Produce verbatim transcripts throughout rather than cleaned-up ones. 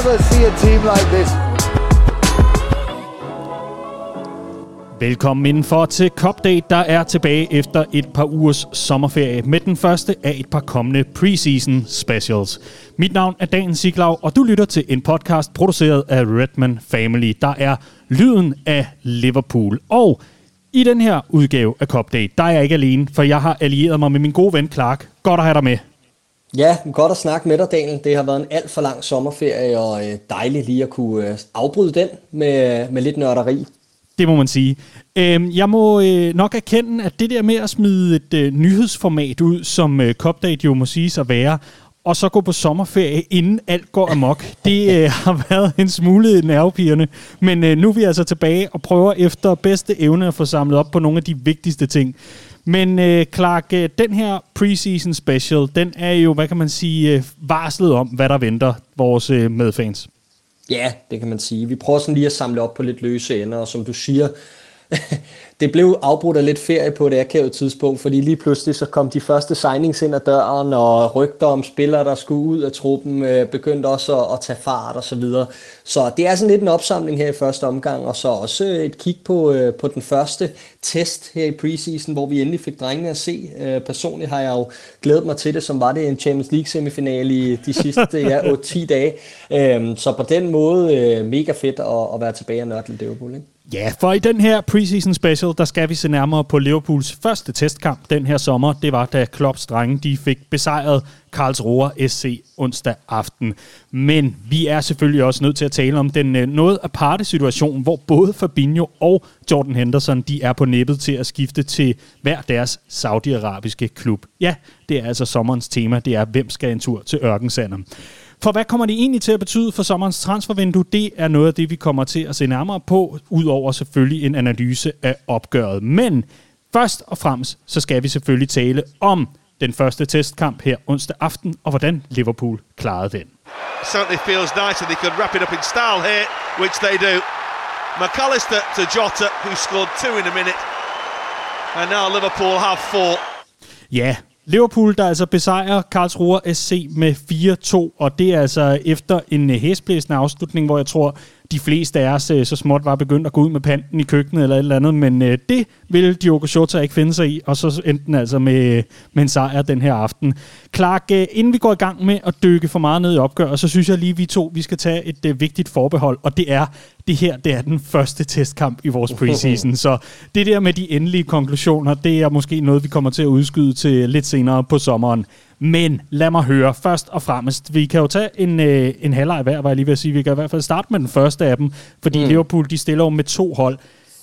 never see a team like this. Velkommen indenfor til Cup Day, der er tilbage efter et par ugers sommerferie med den første af et par kommende preseason specials. Mit navn er Dan Siglau, og du lytter til en podcast produceret af Redman Family, der er lyden af Liverpool. Og i den her udgave af Cup Day, der er jeg ikke alene, for jeg har allieret mig med min gode ven Clark. Godt at have dig med. Ja, godt at snakke med dig, Daniel. Det har været en alt for lang sommerferie, og dejligt lige at kunne afbryde den med, med lidt nørderi. Det må man sige. Jeg må nok erkende, at det der med at smide et nyhedsformat ud, som Cup Day jo må siges at være, og så gå på sommerferie, inden alt går amok, det har været en smule nervepirrende. Men nu er vi altså tilbage og prøver efter bedste evne at få samlet op på nogle af de vigtigste ting. Men Clark, den her preseason special, den er jo, hvad kan man sige, varslet om, hvad der venter vores medfans. Ja, det kan man sige. Vi prøver sådan lige at samle op på lidt løse ender, og som du siger, det blev afbrudt af lidt ferie på et akavet tidspunkt, fordi lige pludselig så kom de første signings ind ad døren, og rygter om spillere, der skulle ud af truppen, øh, begyndte også at, at tage fart og så videre. Så det er sådan lidt en opsamling her i første omgang, og så også et kig på, øh, på den første test her i preseason, hvor vi endelig fik drengene at se. Øh, personligt har jeg jo glædet mig til det, som var det en Champions League semifinale i de sidste ja, otte til ti dage. Øh, så på den måde øh, mega fedt at, at være tilbage og nørde til Liverpool, ikke? Ja, for i den her preseason special, der skal vi se nærmere på Liverpools første testkamp den her sommer. Det var, da Klopps drenge de fik besejret Karlsruhe S C onsdag aften. Men vi er selvfølgelig også nødt til at tale om den noget aparte situation, hvor både Fabinho og Jordan Henderson de er på nippet til at skifte til hver deres saudiarabiske klub. Ja, det er altså sommerens tema. Det er, hvem skal en tur til ørkensanden. For hvad kommer det egentlig til at betyde for sommerens transfervindue? Det er noget af det, vi kommer til at se nærmere på, udover selvfølgelig en analyse af opgøret. Men først og fremmest, så skal vi selvfølgelig tale om den første testkamp her onsdag aften, og hvordan Liverpool klarede den. Certainly feels nice and they could wrap it up in style here, which they do. McAllister to Jota, who scored two in a minute, and now Liverpool have four. Ja, Liverpool, der altså besejrer Karlsruhe S C med fire to, og det er altså efter en hæsblæsende afslutning, hvor jeg tror, de fleste af os så småt var begyndt at gå ud med panten i køkkenet eller et eller andet, men øh, det ville Diogo Jota ikke finde sig i, og så endte den altså med, med en sejr den her aften. Clark, øh, inden vi går i gang med at dykke for meget ned i opgøret, så synes jeg lige, vi to vi skal tage et øh, vigtigt forbehold, og det er, det her det er den første testkamp i vores preseason, så det der med de endelige konklusioner, det er måske noget, vi kommer til at udskyde til lidt senere på sommeren. Men lad mig høre først og fremmest. Vi kan jo tage en, øh, en halvleg hver, var jeg lige ved at sige. Vi kan i hvert fald starte med den første af dem, fordi mm. Liverpool de stiller jo med to hold.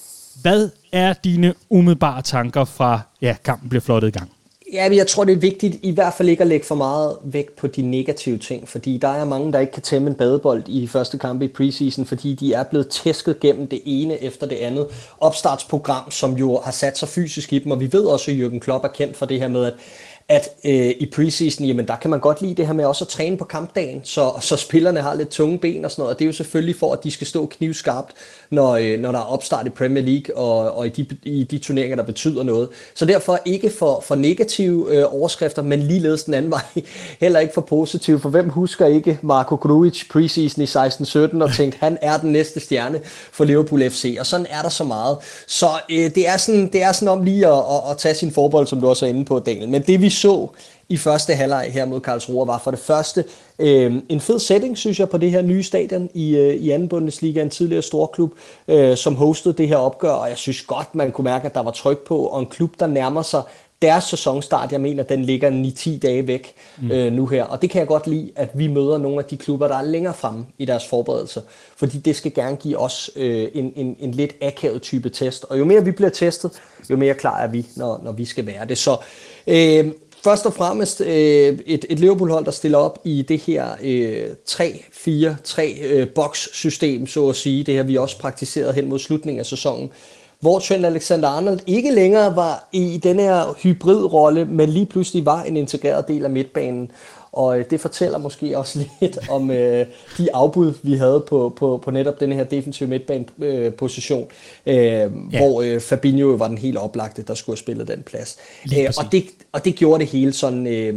Hvad er dine umiddelbare tanker fra, ja, kampen bliver flottet i gang? Ja, jeg tror, det er vigtigt i hvert fald ikke at lægge for meget vægt på de negative ting, fordi der er mange, der ikke kan tæmme en badebold i første kampe i preseason, fordi de er blevet tæsket gennem det ene efter det andet opstartsprogram, som jo har sat sig fysisk i dem, og vi ved også, at Jürgen Klopp er kendt for det her med, at at øh, i preseason, jamen der kan man godt lide det her med også at træne på kampdagen, så, så spillerne har lidt tunge ben og sådan noget, og det er jo selvfølgelig for, at de skal stå knivskarpt, når, øh, når der er opstart i Premier League og, og i, de, i de turneringer, der betyder noget. Så derfor ikke for, for negative øh, overskrifter, men ligeledes den anden vej, heller ikke for positive, for hvem husker ikke Marko Grujic preseason i seksten sytten og tænkte, han er den næste stjerne for Liverpool F C, og sådan er der så meget. Så øh, det, er sådan, det er sådan om lige at, at, at tage sin forbold, som du også er inde på, Daniel. Men det vi så i første halvleg her mod Karlsruhe var for det første øh, en fed setting, synes jeg, på det her nye stadion i, øh, i anden Bundesliga, en tidligere storklub, øh, som hostede det her opgør, og jeg synes godt, man kunne mærke, at der var tryk på, og en klub, der nærmer sig deres sæsonstart, jeg mener, den ligger ni til ti dage væk øh, nu her, og det kan jeg godt lide, at vi møder nogle af de klubber, der er længere fremme i deres forberedelser, fordi det skal gerne give os øh, en, en, en lidt akavet type test, og jo mere vi bliver testet, jo mere klar er vi, når, når vi skal være det. Så øh, først og fremmest øh, et, et Liverpool-hold, der stiller op i det her øh, tre fire tre øh, box-system, så at sige, det her vi også praktiseret hen mod slutningen af sæsonen, hvor Trent Alexander-Arnold ikke længere var i den her hybridrolle, men lige pludselig var en integreret del af midtbanen. og det fortæller måske også lidt om øh, de afbud, vi havde på, på, på netop den her defensive midtbaneposition, øh, ja. hvor øh, Fabinho var den helt oplagte, der skulle have spillet den plads. Øh, og, det, og det gjorde det hele sådan, øh,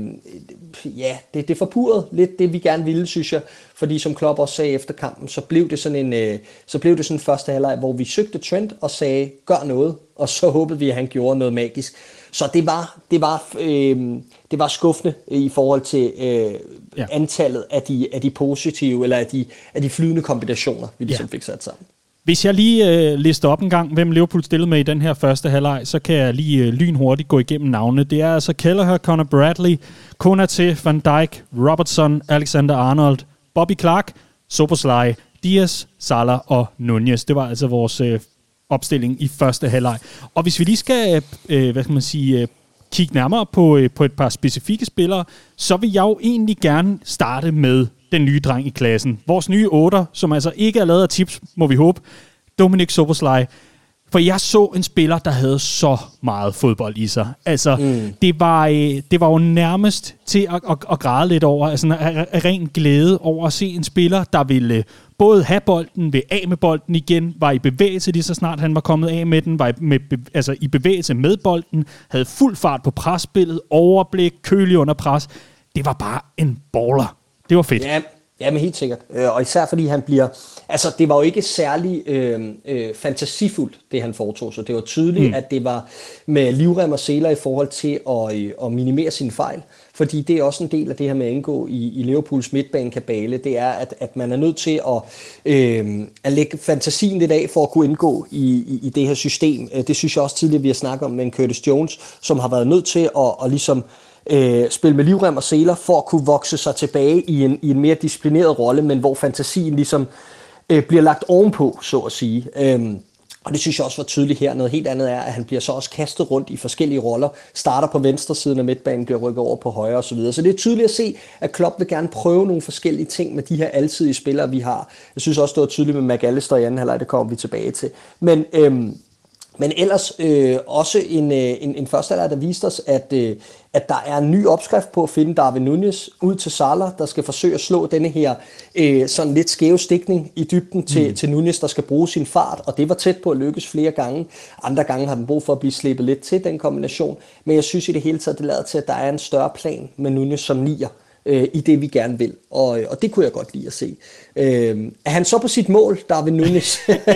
ja, det, det forpurrede lidt det, vi gerne ville, synes jeg, fordi som Klopp også sagde efter kampen, så blev det sådan en, øh, så blev det sådan en første halvleg, hvor vi søgte Trent og sagde, gør noget, og så håbede vi, at han gjorde noget magisk. Så det var, det var, øh, det var skuffende i forhold til øh, ja. antallet af de, af de positive, eller af de, af de flydende kombinationer, vi ligesom ja. fik sat sammen. Hvis jeg lige øh, lister op en gang, hvem Liverpool stillede med i den her første halvleg, så kan jeg lige øh, lynhurtigt gå igennem navnene. Det er altså Kelleher, Conor Bradley, Konaté, Van Dijk, Robertson, Alexander-Arnold, Bobby Clark, Szoboszlai, Diaz, Salah og Nunez. Det var altså vores øh, opstilling i første halvleg. Og hvis vi lige skal, øh, hvad skal man sige, øh, kigge nærmere på, øh, på et par specifikke spillere, så vil jeg jo egentlig gerne starte med den nye dreng i klassen. Vores nye otter, som altså ikke er lavet af tips, må vi håbe, Dominik Szoboszlai. For jeg så en spiller, der havde så meget fodbold i sig. Altså, mm. det, var, det var jo nærmest til at, at, at græde lidt over, altså en ren glæde over at se en spiller, der ville både have bolden, vil af med bolden igen, var i bevægelse lige så snart han var kommet af med den, var i, med, altså i bevægelse med bolden, havde fuld fart på presspillet, overblik, kølig under pres. Det var bare en baller. Det var fedt. Ja, ja, men helt sikkert. Og især fordi han bliver... Altså, det var jo ikke særlig øh, øh, fantasifuldt, det han foretog sig. Det var tydeligt, mm. at det var med livrem og seler i forhold til at, øh, at minimere sine fejl. Fordi det er også en del af det her med at indgå i, i Liverpools midtbanekabale. Det er, at, at man er nødt til at, øh, at lægge fantasien lidt af for at kunne indgå i, i, i det her system. Det synes jeg også tidligere, vi har snakket om med en Curtis Jones, som har været nødt til at, at ligesom... Øh, spille med livrem og seler for at kunne vokse sig tilbage i en, i en mere disciplineret rolle, men hvor fantasien ligesom øh, bliver lagt ovenpå, så at sige. Øhm, og det synes jeg også var tydeligt her. Noget helt andet er, at han bliver så også kastet rundt i forskellige roller, starter på venstre siden af midtbanen, bliver rykket over på højre osv. Så det er tydeligt at se, at Klopp vil gerne prøve nogle forskellige ting med de her alsidige spillere, vi har. Jeg synes også, det var tydeligt med McAllister i anden halvleg, det kommer vi tilbage til. Men... Øhm, Men ellers øh, også en, en, en første halvleg, der viste os, at, øh, at der er en ny opskrift på at finde Darwin Nunez ud til Salah, der skal forsøge at slå denne her øh, sådan lidt skæve stikning i dybden til, mm. til Nunez, der skal bruge sin fart, og det var tæt på at lykkes flere gange. Andre gange har den brug for at blive slæbet lidt til den kombination, men jeg synes i det hele taget, det lader til, at der er en større plan med Nunez som nier øh, i det, vi gerne vil, og, og det kunne jeg godt lide at se. Øh, er han så på sit mål, Darwin Nunez,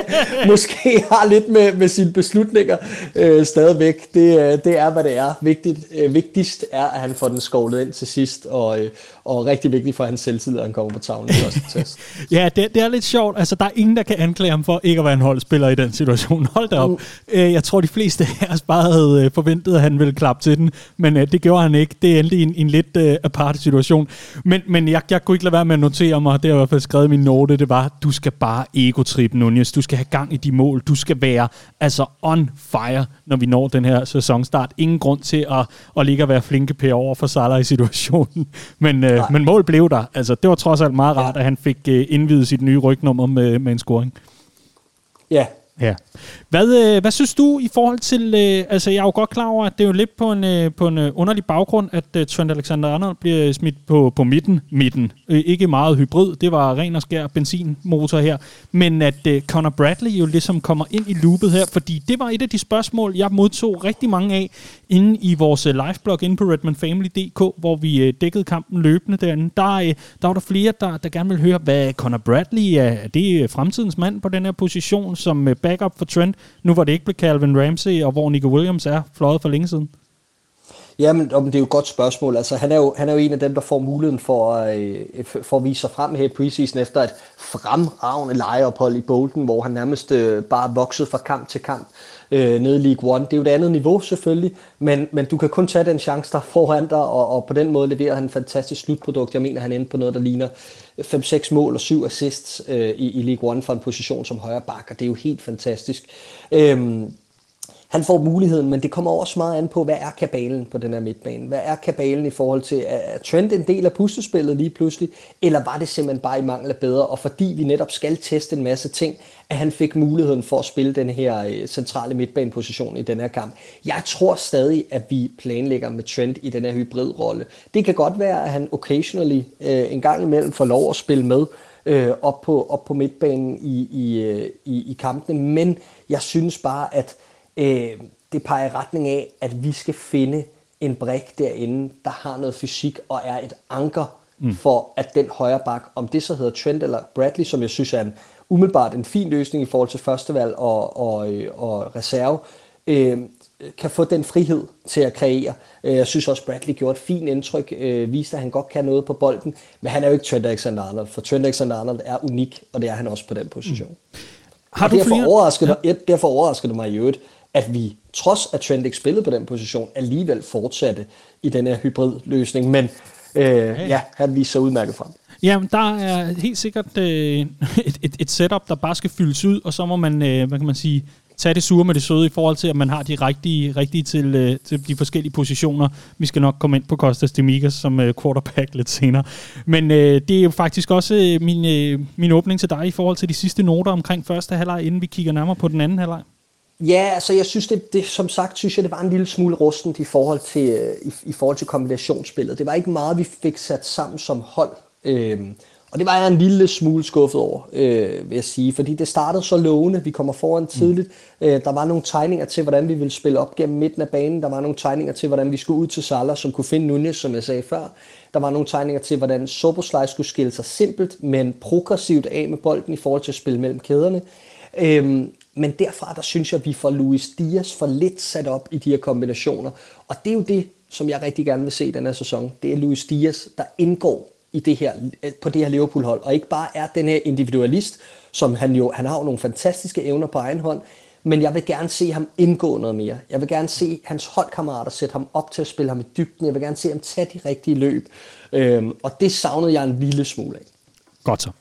måske har lidt med, med sine beslutninger øh, stadigvæk. Det, det er, hvad det er. Vigtigt, øh, vigtigst er, at han får den skovlet ind til sidst, og, øh, og rigtig vigtigt for hans selvtid, at han kommer på tavlen i første test. Ja, det, det er lidt sjovt. Altså, der er ingen, der kan anklage ham for ikke at være en holdspiller i den situation. Hold da op. Mm. Jeg tror, de fleste af os bare havde forventet, at han ville klappe til den, men øh, det gjorde han ikke. Det er endelig en, en lidt øh, aparte situation. Men, men jeg, jeg kunne ikke lade være med at notere mig, det har i hvert fald skrevet min note, det var, du skal bare ego-trippe, Nunez. Du skal have gang i de mål. Du skal være altså on fire, når vi når den her sæsonstart. Ingen grund til at, at ligge og være flinke pære over for Salah i situationen. Men, øh, men mål blev der. Altså, det var trods alt meget rart, ja. At han fik øh, indvidet sit nye rygnummer med, med en scoring. Ja. Ja. Hvad, øh, hvad synes du i forhold til, øh, altså jeg er jo godt klar over, at det er jo lidt på en, øh, på en underlig baggrund, at øh, Trent Alexander-Arnold bliver smidt på, på midten, midten. Øh, ikke meget hybrid, det var ren og skær benzinmotor her, men at øh, Conor Bradley jo ligesom kommer ind i loopet her, fordi det var et af de spørgsmål, jeg modtog rigtig mange af inde i vores liveblog inde på redmanfamily punktum d k, hvor vi øh, dækkede kampen løbende derinde. Der, øh, der var der flere, der, der gerne ville høre, hvad Conor Bradley er. Er det fremtidens mand på den her position som øh, backup for Trent, nu hvor det ikke blev Calvin Ramsey, og hvor Nico Williams er fløjet for længe siden? Jamen, det er jo et godt spørgsmål. Altså, han er jo, han er jo en af dem, der får muligheden for, øh, for at vise sig frem her i preseason efter et fremragende lejeophold i Bolton, hvor han nærmest øh, bare voksede fra kamp til kamp øh, nede i League One. Det er jo et andet niveau selvfølgelig, men, men du kan kun tage den chance, der foran dig, og, og på den måde leverer han et fantastisk slutprodukt. Jeg mener, han endte på noget, der ligner fem seks mål og syv assists øh, i, i League One fra en position som højre bak, og det er jo helt fantastisk. Øhm, han får muligheden, men det kommer også meget an på, hvad er kabalen på den her midtbane? Hvad er kabalen i forhold til, er Trent en del af puslespillet lige pludselig, eller var det simpelthen bare i mangel af bedre? Og fordi vi netop skal teste en masse ting, at han fik muligheden for at spille den her øh, centrale midtbaneposition i den her kamp. Jeg tror stadig, at vi planlægger med Trent i den her hybridrolle. Det kan godt være, at han occasionally øh, en gang imellem får lov at spille med øh, op, på, op på midtbanen i, i, øh, i, i kampene, men jeg synes bare, at øh, det peger i retning af, at vi skal finde en brik derinde, der har noget fysik og er et anker mm. for, at den højre bak, om det så hedder Trent eller Bradley, som jeg synes er en umiddelbart en fin løsning i forhold til førstevalg og, og, og reserve, øh, kan få den frihed til at kreere. Jeg synes også, Bradley gjorde et fint indtryk, øh, viste, at han godt kan noget på bolden, men han er jo ikke Trent Alexander-Arnold, for Trent Alexander-Arnold er unik, og det er han også på den position. Mm. Har du derfor, flere? Overraskede, ja. derfor overraskede det mig i øvrigt, at vi, trods at Trent ikke spillede på den position, alligevel fortsatte i den her hybridløsning, men øh, hey. ja, han viser sig udmærket frem. Jamen, der er helt sikkert øh, et, et, et setup, der bare skal fyldes ud, og så må man, øh, hvad kan man sige, tage det sure med det søde i forhold til, at man har de rigtige, rigtige til, øh, til de forskellige positioner. Vi skal nok komme ind på Kostas Demigas som øh, quarterback lidt senere. Men øh, det er jo faktisk også øh, min, øh, min åbning til dig i forhold til de sidste noter omkring første halvleg, inden vi kigger nærmere på den anden halvleg. Ja, altså jeg synes, det, det, som sagt, synes jeg, det var en lille smule rustent i forhold til, øh, i, i forhold til kombinationsspillet. Det var ikke meget, vi fik sat sammen som hold. Øh, Og det var jeg en lille smule skuffet over, øh, vil jeg sige, fordi det startede så lovende, vi kommer foran tidligt. Øh, der var nogle tegninger til, hvordan vi ville spille op gennem midten af banen. Der var nogle tegninger til, hvordan vi skulle ud til Salah, som kunne finde Nunez, som jeg sagde før. Der var nogle tegninger til, hvordan Szoboszlai skulle skille sig simpelt, men progressivt af med bolden i forhold til at spille mellem kæderne. Øh, men derfra, der synes jeg, at vi får Luis Diaz for lidt sat op i de her kombinationer. Og det er jo det, som jeg rigtig gerne vil se i den her sæson. Det er Luis Diaz, der indgår i det her, på det her Liverpool-hold, og ikke bare er den her individualist, som han jo, han har jo nogle fantastiske evner på egen hånd, men jeg vil gerne se ham indgå noget mere. Jeg vil gerne se hans holdkammerater sætte ham op til at spille ham i dybden. Jeg vil gerne se ham tage de rigtige løb, øhm, og det savnede jeg en lille smule af. Godt så.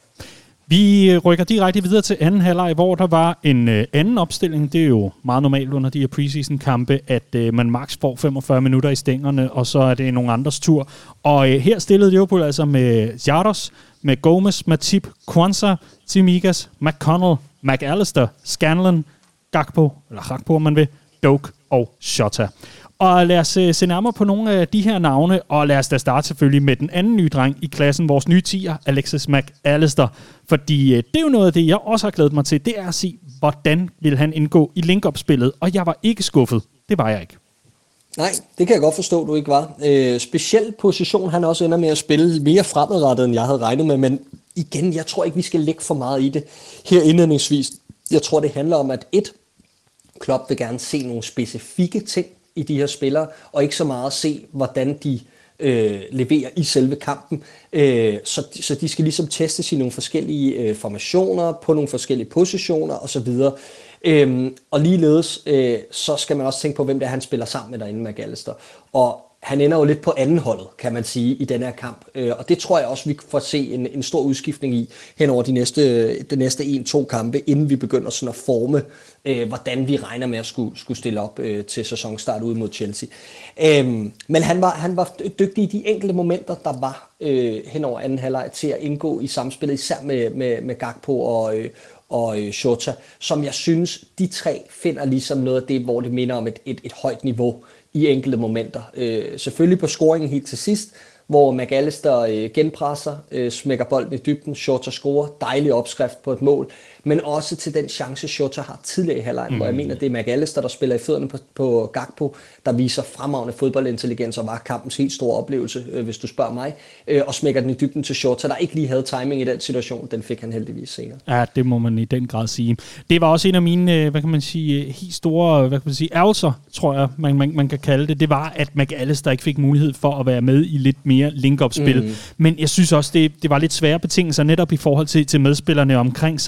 Vi rykker direkte videre til anden halvleg, hvor der var en øh, anden opstilling. Det er jo meget normalt under de her preseason-kampe, at øh, man maks får femogfyrre minutter i stængerne, og så er det nogle andres tur. Og øh, her stillede Liverpool altså med Jardos, med Gomez, Matip, Kwanzaa, Tsimikas, McConnell, McAllister, Scanlon, Gakpo, eller Gakpo, om man vil, Doak og Jota. Og lad os uh, se nærmere på nogle af de her navne, og lad os da starte selvfølgelig med den anden nye dreng i klassen, vores nye tier, Alexis McAllister. Fordi uh, det er jo noget af det, jeg også har glædet mig til, det er at se, hvordan vil han indgå i link-up-spillet, og jeg var ikke skuffet. Det var jeg ikke. Nej, det kan jeg godt forstå, du ikke var. Øh, speciel position, han også ender med at spille mere fremadrettet, end jeg havde regnet med, men igen, jeg tror ikke, vi skal lægge for meget i det her indledningsvis. Jeg tror, det handler om, at et, Klopp vil gerne se nogle specifikke ting i de her spillere, og ikke så meget se, hvordan de øh, leverer i selve kampen. Øh, så, så de skal ligesom testes i nogle forskellige øh, formationer, på nogle forskellige positioner osv. Øhm, og ligeledes, øh, så skal man også tænke på, hvem det er, han spiller sammen med derinde, McAllister. Og han ender jo lidt på anden holdet, kan man sige, i den her kamp. Øh, og det tror jeg også, vi får se en, en stor udskiftning i hen over de næste, de næste en-to kampe, inden vi begynder sådan at forme, øh, hvordan vi regner med at skulle, skulle stille op øh, til sæsonstart ud mod Chelsea. Øh, men han var, han var dygtig i de enkelte momenter, der var øh, hen over anden halvleg til at indgå i samspillet, især med, med, med Gakpo og øh, og øh, Jota, som jeg synes, de tre finder ligesom noget af det, hvor det minder om et, et, et højt niveau i enkelte momenter. Øh, selvfølgelig på scoringen helt til sidst, hvor McAllister øh, genpresser, øh, smækker bolden i dybden, Jota scorer, dejlig opskrift på et mål, men også til den chance, Jota har tidligere i halvlejen, mm. hvor jeg mener, det er McAllister, der spiller i fødderne på, på Gakpo, der viser fremragende fodboldintelligens og var kampens helt store oplevelse, øh, hvis du spørger mig, øh, og smækker den i dybden til Jota, der ikke lige havde timing i den situation, den fik han heldigvis senere. Ja, det må man i den grad sige. Det var også en af mine, hvad kan man sige, helt store, hvad kan man sige, ærgelser, tror jeg, man, man, man kan kalde det. Det var, at McAllister ikke fik mulighed for at være med i lidt mere link-up-spil. Mm. Men jeg synes også, det, det var lidt svære betingelser netop i forhold til, til medspillerne omkring sig. Det blev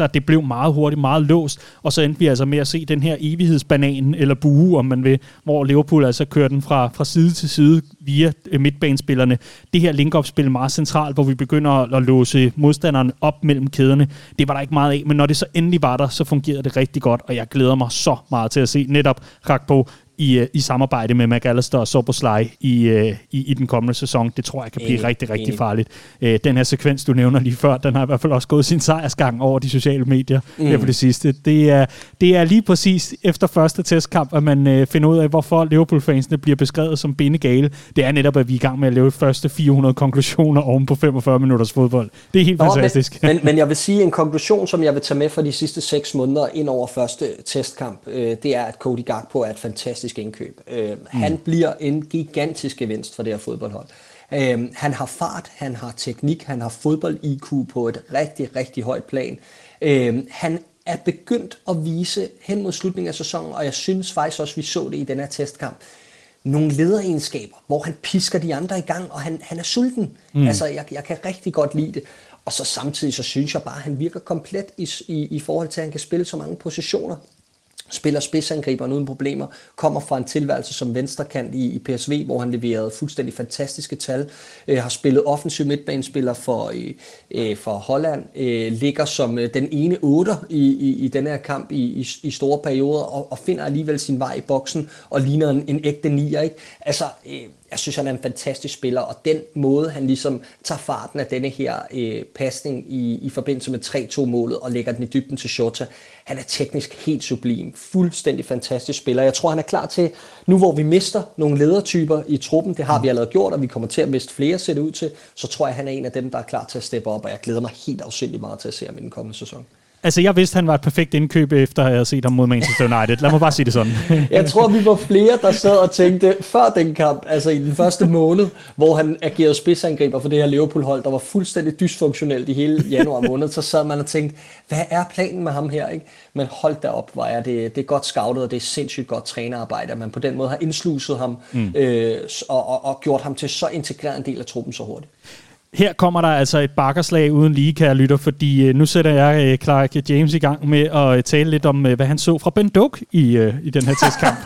meget hurtigt, meget låst, og så endte vi altså med at se den her evighedsbanan, eller bue, om man vil, hvor Liverpool altså kører den fra, fra side til side via midtbanespillerne. Det her link-up-spil meget centralt, hvor vi begynder at, at låse modstanderen op mellem kæderne. Det var der ikke meget af, men når det så endelig var der, så fungerede det rigtig godt, og jeg glæder mig så meget til at se netop Gakpo i, i samarbejde med McAllister og Szoboszlai i, i, i den kommende sæson. Det tror jeg kan blive Ej, rigtig, rigtig ej. farligt. Den her sekvens, du nævner lige før, den har i hvert fald også gået sin sejrsgang over de sociale medier mm. her på det sidste. Det er, det er lige præcis efter første testkamp, at man øh, finder ud af, hvorfor Liverpool-fansene bliver beskrevet som bindegale. Det er netop, at vi er i gang med at lave første fire hundrede konklusioner oven på femogfyrre minutters fodbold. Det er helt Nå, fantastisk. Men, men, men jeg vil sige, en konklusion, som jeg vil tage med for de sidste seks måneder ind over første testkamp, øh, det er, at Cody Gakpo er et fantastisk indkøb. Øh, mm. Han bliver en gigantisk gevinst for det her fodboldhold. Øh, han har fart, han har teknik, han har fodbold-I Q på et rigtig, rigtig højt plan. Øh, han er begyndt at vise hen mod slutningen af sæsonen, og jeg synes faktisk også, vi så det i den her testkamp, nogle lederegenskaber, hvor han pisker de andre i gang, og han, han er sulten. Mm. Altså, jeg, jeg kan rigtig godt lide det. Og så samtidig, så synes jeg bare, at han virker komplet i, i, i forhold til, at han kan spille så mange positioner. Spiller spidsangriberen uden problemer, kommer fra en tilværelse som venstrekant i, i P S V, hvor han leverede fuldstændig fantastiske tal, øh, har spillet offensiv midtbanespiller for, øh, for Holland, øh, ligger som øh, den ene otter i, i, i den her kamp i, i, i store perioder, og, og finder alligevel sin vej i boksen, og ligner en, en ægte nier, ikke? Altså, øh, jeg synes, han er en fantastisk spiller, og den måde, han ligesom tager farten af denne her øh, pasning i, i forbindelse med tre to-målet, og lægger den i dybden til Jota, han er teknisk helt sublim. Fuldstændig fantastisk spiller. Jeg tror, han er klar til, nu hvor vi mister nogle ledertyper i truppen, det har vi allerede gjort, og vi kommer til at miste flere, ser det ud til, så tror jeg, han er en af dem, der er klar til at steppe op, og jeg glæder mig helt afsindigt meget til at se ham i den kommende sæson. Altså, jeg vidste, han var et perfekt indkøb, efter at jeg havde set ham mod Manchester United. Lad mig bare sige det sådan. Jeg tror, vi var flere, der sad og tænkte, før den kamp, altså i den første måned, hvor han agerede spidsangriber for det her Liverpool-hold, der var fuldstændig dysfunktionelt i hele januar måned, så sad man og tænkte, hvad er planen med ham her? Ikke? Men hold da op, hvor er det, det er godt scoutet, og det er sindssygt godt trænerarbejde, at man på den måde har indsluset ham mm. øh, og, og, og gjort ham til så integreret en del af truppen så hurtigt. Her kommer der altså et bakkerslag uden lige, kære lytter, fordi øh, nu sætter jeg øh, Clark James i gang med at øh, tale lidt om, øh, hvad han så fra Ben Doak i, øh, i den her testkamp.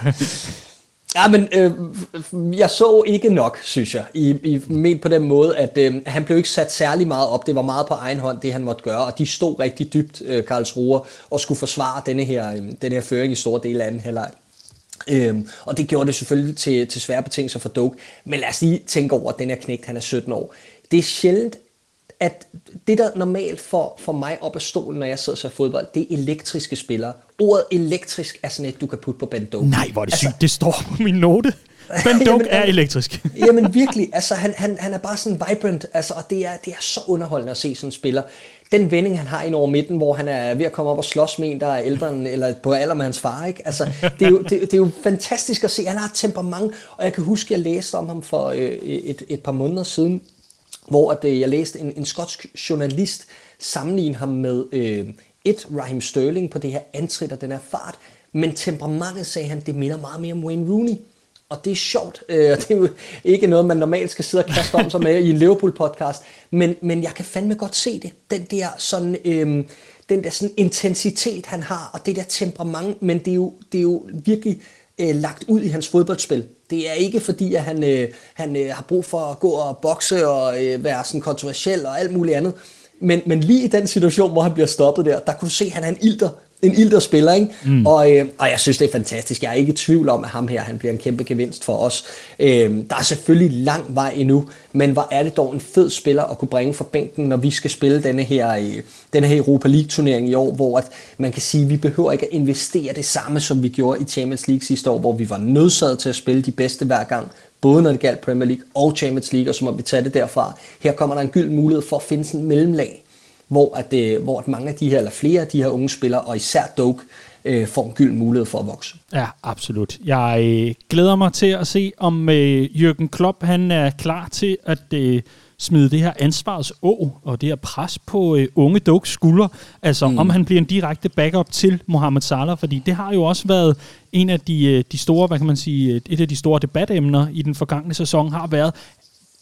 Ja, men øh, jeg så ikke nok, synes jeg, i, i ment på den måde, at øh, han blev ikke sat særlig meget op. Det var meget på egen hånd, det han måtte gøre, og de stod rigtig dybt, øh, Karlsruhe, og skulle forsvare denne her, øh, denne her føring i store dele af anden halvleg. Øhm, og det gjorde det selvfølgelig til, til svære betingelser for Doak. Men lad os lige tænke over, at den her knægt, han er sytten år. Det er sjældent, at det, der normalt får, får mig op af stolen, når jeg sidder og ser fodbold, det er elektriske spillere. Ordet elektrisk er sådan et, du kan putte på Ben Doak. Nej, hvor er det altså, sygt. Det står på min note. Ben Doak er elektrisk. Jamen virkelig, altså han, han, han er bare sådan vibrant, altså, og det er, det er så underholdende at se sådan en spiller. Den vending, han har ind over midten, hvor han er ved at komme op og slås med en, der er ældre end, eller på alder med hans far, ikke? Altså, det, er jo, det, det er jo fantastisk at se. Han har et temperament, og jeg kan huske, at jeg læste om ham for øh, et, et par måneder siden, hvor at, øh, jeg læste en, en skotsk journalist sammenligne ham med øh, et Raheem Sterling på det her antrit og den her fart, men temperamentet, sagde han, det minder meget mere om Wayne Rooney. Og det er sjovt, øh, og det er jo ikke noget, man normalt skal sidde og kaste om sig med i en Liverpool-podcast, men, men jeg kan fandme godt se det. Den der, sådan, øh, den der sådan intensitet, han har, og det der temperament, men det er jo, det er jo virkelig øh, lagt ud i hans fodboldspil. Det er ikke fordi, at han, øh, han øh, har brug for at gå og bokse og øh, være sådan kontroversiel og alt muligt andet. Men, men lige i den situation, hvor han bliver stoppet der, der kunne du se, at han er en ilter. En ilter spiller, ikke? Mm. Og, øh, og jeg synes, det er fantastisk. Jeg er ikke i tvivl om, at ham her, han bliver en kæmpe gevinst for os. Øh, der er selvfølgelig lang vej endnu, men hvor er det dog en fed spiller at kunne bringe fra bænken, når vi skal spille denne her, øh, denne her Europa League-turnering i år, hvor at man kan sige, at vi behøver ikke at investere det samme, som vi gjorde i Champions League sidste år, hvor vi var nødsaget til at spille de bedste hver gang, både når det galt Premier League og Champions League, og så må vi tage det derfra. Her kommer der en gylden mulighed for at finde sådan en mellemlag, hvor, at, øh, hvor at mange af de her, eller flere af de her unge spillere, og især Doak, øh, får en gyld mulighed for at vokse. Ja, absolut. Jeg øh, glæder mig til at se, om øh, Jürgen Klopp han er klar til at øh, smide det her ansvarså og det her pres på øh, unge Doaks skuldre. Altså, mm. om han bliver en direkte backup til Mohamed Salah, fordi det har jo også været en af de, de store, hvad kan man sige, et af de store debatemner i den forgangne sæson har været,